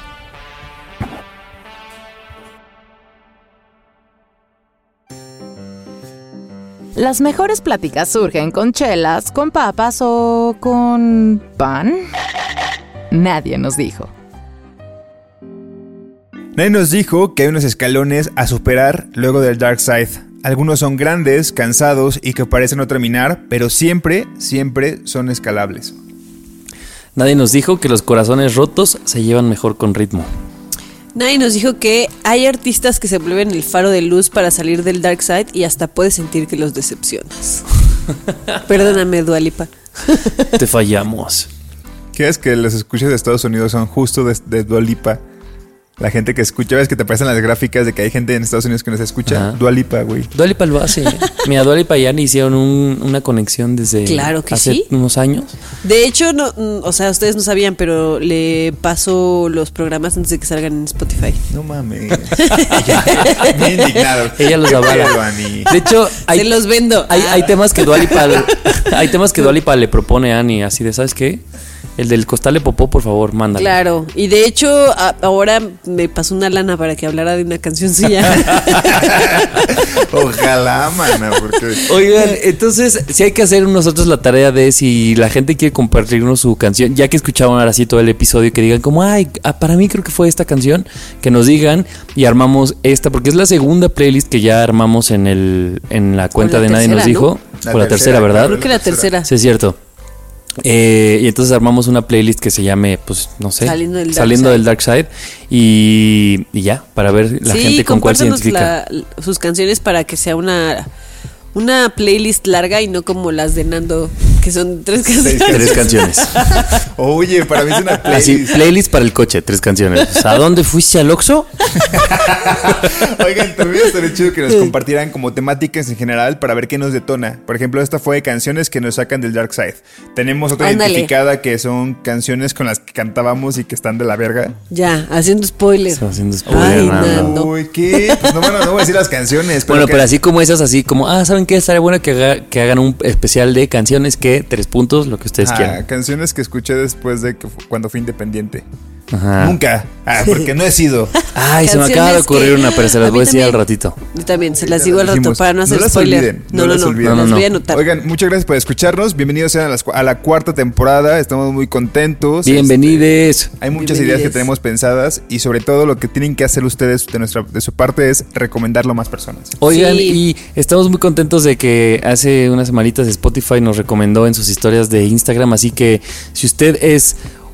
Speaker 9: Las mejores pláticas surgen con chelas, con papas o con pan. Nadie nos dijo.
Speaker 5: Nadie nos dijo que hay unos escalones a superar luego del Dark Side. Algunos son grandes, cansados y que parecen no terminar, pero siempre son escalables.
Speaker 7: Nadie nos dijo que los corazones rotos se llevan mejor con ritmo.
Speaker 4: Nadie nos dijo que hay artistas que se vuelven el faro de luz para salir del Dark Side y hasta puedes sentir que los decepcionas. Perdóname, Dua Lipa.
Speaker 7: Te fallamos.
Speaker 5: ¿Qué es que los escuchas de Estados Unidos son justo de Dua Lipa? La gente que escucha, ves que te aparecen las gráficas de que hay gente en Estados Unidos que nos escucha. Ajá. Dua Lipa, güey.
Speaker 7: Dua Lipa lo hace. Mira, Dua Lipa y Annie hicieron una conexión desde hace unos años.
Speaker 4: De hecho, no, o sea, ustedes no sabían, pero le paso los programas antes de que salgan en Spotify.
Speaker 5: No mames. Bien indignado.
Speaker 7: Ella los avala. De hecho,
Speaker 4: se los vendo.
Speaker 7: Hay temas que Dua Lipa le propone a Annie, así de, ¿sabes qué? El del costal de popó, por favor, mándalo.
Speaker 4: Claro, y de hecho ahora me pasó una lana para que hablara de una canción suya.
Speaker 5: Ojalá, mana, porque...
Speaker 7: Oigan, entonces, si hay que hacer nosotros la tarea de si la gente quiere compartirnos su canción, ya que escuchaban ahora sí todo el episodio, que digan como, para mí creo que fue esta canción, que nos digan y armamos esta, porque es la segunda playlist que ya armamos en la cuenta de Nadie Nos Dijo. O la tercera, ¿verdad?
Speaker 4: Creo que la tercera.
Speaker 7: Sí, es cierto. Y entonces armamos una playlist que se llame, pues, no sé, Saliendo del Dark Side. Y ya, para ver la gente con cuál se identifica.
Speaker 4: Sus canciones para que sea una playlist larga y no como las de Nando, que son 3 canciones.
Speaker 7: 3 canciones.
Speaker 5: Oye, para mí es una playlist.
Speaker 7: Así, playlist para el coche, 3 canciones. ¿A dónde fuiste, al Oxxo?
Speaker 5: Oigan, también estaría chido que nos compartieran como temáticas en general para ver qué nos detona. Por ejemplo, esta fue canciones que nos sacan del Dark Side. Tenemos otra identificada que son canciones con las que cantábamos y que están de la verga.
Speaker 4: Ya, haciendo spoilers.
Speaker 7: Ay,
Speaker 4: Nando.
Speaker 5: Uy, ¿qué? Pues no voy a decir las canciones.
Speaker 7: Pero así como esas, así como, ¿saben qué? Estaría bueno que hagan un especial de canciones que 3 puntos, lo que ustedes quieran.
Speaker 5: Canciones que escuché después de cuando fui independiente.
Speaker 7: Ajá.
Speaker 5: Nunca, porque no he sido.
Speaker 7: Se me acaba de ocurrir una, pero se las voy a decir al ratito.
Speaker 4: Yo también, se las digo al rato para no hacer spoiler. No, las voy a anotar.
Speaker 5: Oigan, muchas gracias por escucharnos. Bienvenidos sean a la 4ª temporada. Estamos muy contentos.
Speaker 7: Bienvenidos.
Speaker 5: Hay muchas ideas que tenemos pensadas y sobre todo lo que tienen que hacer ustedes de su parte es recomendarlo a más personas.
Speaker 7: Oigan, y estamos muy contentos de que hace unas semanitas Spotify nos recomendó en sus historias de Instagram, así que si usted es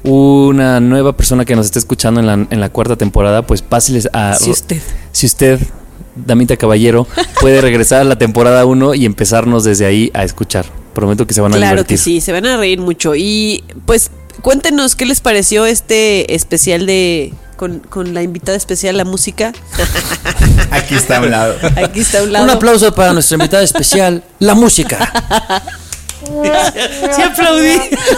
Speaker 7: una nueva persona que nos esté escuchando en la cuarta temporada, pues páseles a... Si usted, damita caballero, puede regresar a la temporada 1 y empezarnos desde ahí a escuchar. Prometo que se van a divertir.
Speaker 4: Claro que sí, se van a reír mucho. Y pues cuéntenos qué les pareció este especial con la invitada especial, la música.
Speaker 5: Aquí está a un lado.
Speaker 4: Aquí está a un lado.
Speaker 7: Un aplauso para nuestra invitada especial, la música.
Speaker 4: Sí aplaudí.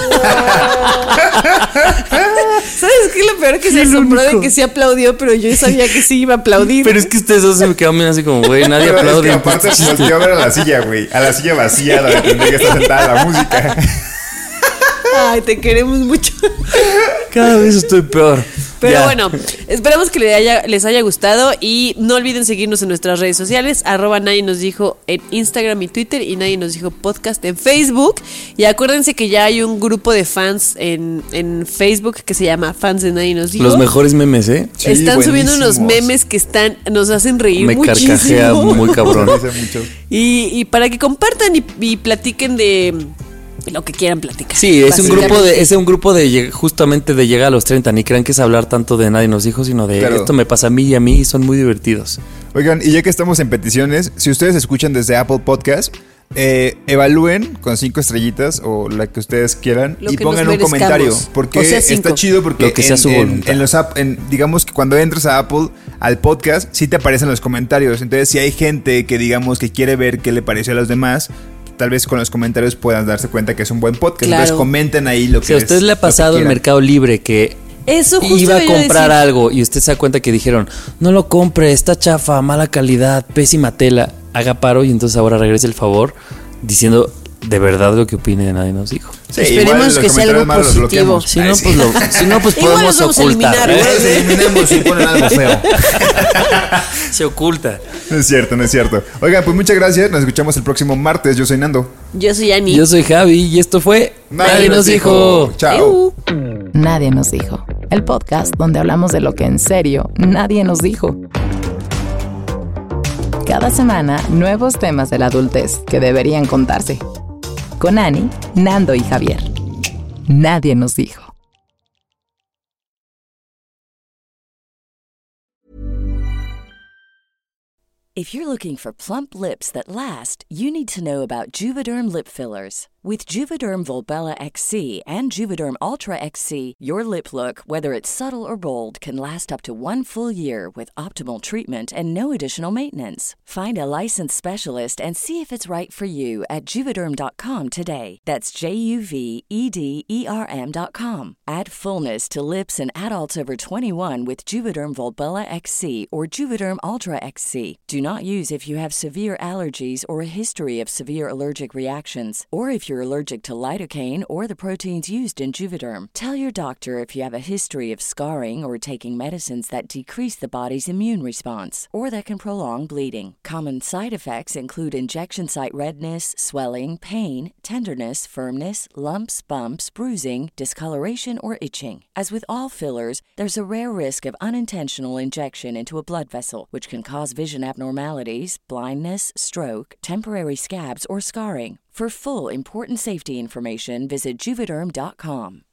Speaker 4: ¿Sabes qué es lo peor? Que se asombró de que sí aplaudió, pero yo sabía que sí iba a aplaudir.
Speaker 7: Pero es que ustedes dos se me quedaron bien así como, güey, nadie aplaude.
Speaker 5: Es que aparte volteó a ver a la silla, güey. A la silla vacía donde tendría que estar sentada la música.
Speaker 4: Ay, te queremos mucho.
Speaker 7: Cada vez estoy peor.
Speaker 4: Pero bueno, esperamos que les haya gustado. Y no olviden seguirnos en nuestras redes sociales. @Nadie Nos Dijo en Instagram y Twitter. Y Nadie Nos Dijo Podcast en Facebook. Y acuérdense que ya hay un grupo de fans en Facebook que se llama Fans de Nadie Nos Dijo.
Speaker 7: Los mejores memes, ¿eh?
Speaker 4: Sí, están subiendo unos memes que nos hacen reír muchísimo.
Speaker 7: Me carcajea muy cabrón.
Speaker 4: Y para que compartan y platiquen de lo que quieran platicar.
Speaker 7: Sí, es un grupo de justamente de llegar a los 30. Ni crean que es hablar tanto de Nadie Nos Dijo, sino de esto me pasa a mí y a mí, y son muy divertidos.
Speaker 5: Oigan, y ya que estamos en peticiones, si ustedes escuchan desde Apple Podcast, evalúen con 5 estrellitas o la que ustedes quieran y pongan un comentario, porque está chido, porque
Speaker 7: lo que sea su voluntad.
Speaker 5: Digamos que cuando entras a Apple al podcast sí te aparecen los comentarios. Entonces si hay gente que digamos que quiere ver qué le pareció a los demás, tal vez con los comentarios puedan darse cuenta que es un buen podcast.
Speaker 4: Claro.
Speaker 5: Entonces comenten ahí lo que
Speaker 7: si a ustedes le ha pasado en Mercado Libre que iba a comprar algo y usted se da cuenta que dijeron, no lo compre, está chafa, mala calidad, pésima tela, haga paro y entonces ahora regrese el favor diciendo de verdad lo que opine de Nadie Nos Dijo.
Speaker 4: Sí, esperemos que sea algo positivo.
Speaker 7: Si no, pues podemos ocultar.
Speaker 5: Eliminemos y ponen algo feo.
Speaker 7: Se oculta.
Speaker 5: No es cierto. Oigan, pues muchas gracias. Nos escuchamos el próximo martes. Yo soy Nando.
Speaker 4: Yo soy Ani.
Speaker 7: Yo soy Javi. Y esto fue
Speaker 5: Nadie Nos Dijo. Chao.
Speaker 9: Nadie Nos Dijo. El podcast donde hablamos de lo que en serio nadie nos dijo. Cada semana, nuevos temas de la adultez que deberían contarse. Con Ani, Nando y Javier. Nadie Nos Dijo.
Speaker 12: If you're looking for plump lips that last, you need to know about Juvederm lip fillers. With Juvederm Volbella XC and Juvederm Ultra XC, your lip look, whether it's subtle or bold, can last up to 1 full year with optimal treatment and no additional maintenance. Find a licensed specialist and see if it's right for you at Juvederm.com today. That's JUVEDERM.com. Add fullness to lips in adults over 21 with Juvederm Volbella XC or Juvederm Ultra XC. Do not use if you have severe allergies or a history of severe allergic reactions, or if you're allergic to lidocaine or the proteins used in Juvederm. Tell your doctor if you have a history of scarring or taking medicines that decrease the body's immune response or that can prolong bleeding. Common side effects include injection site redness, swelling, pain, tenderness, firmness, lumps, bumps, bruising, discoloration, or itching. As with all fillers, there's a rare risk of unintentional injection into a blood vessel, which can cause vision abnormalities, blindness, stroke, temporary scabs, or scarring. For full, important safety information, visit Juvederm.com.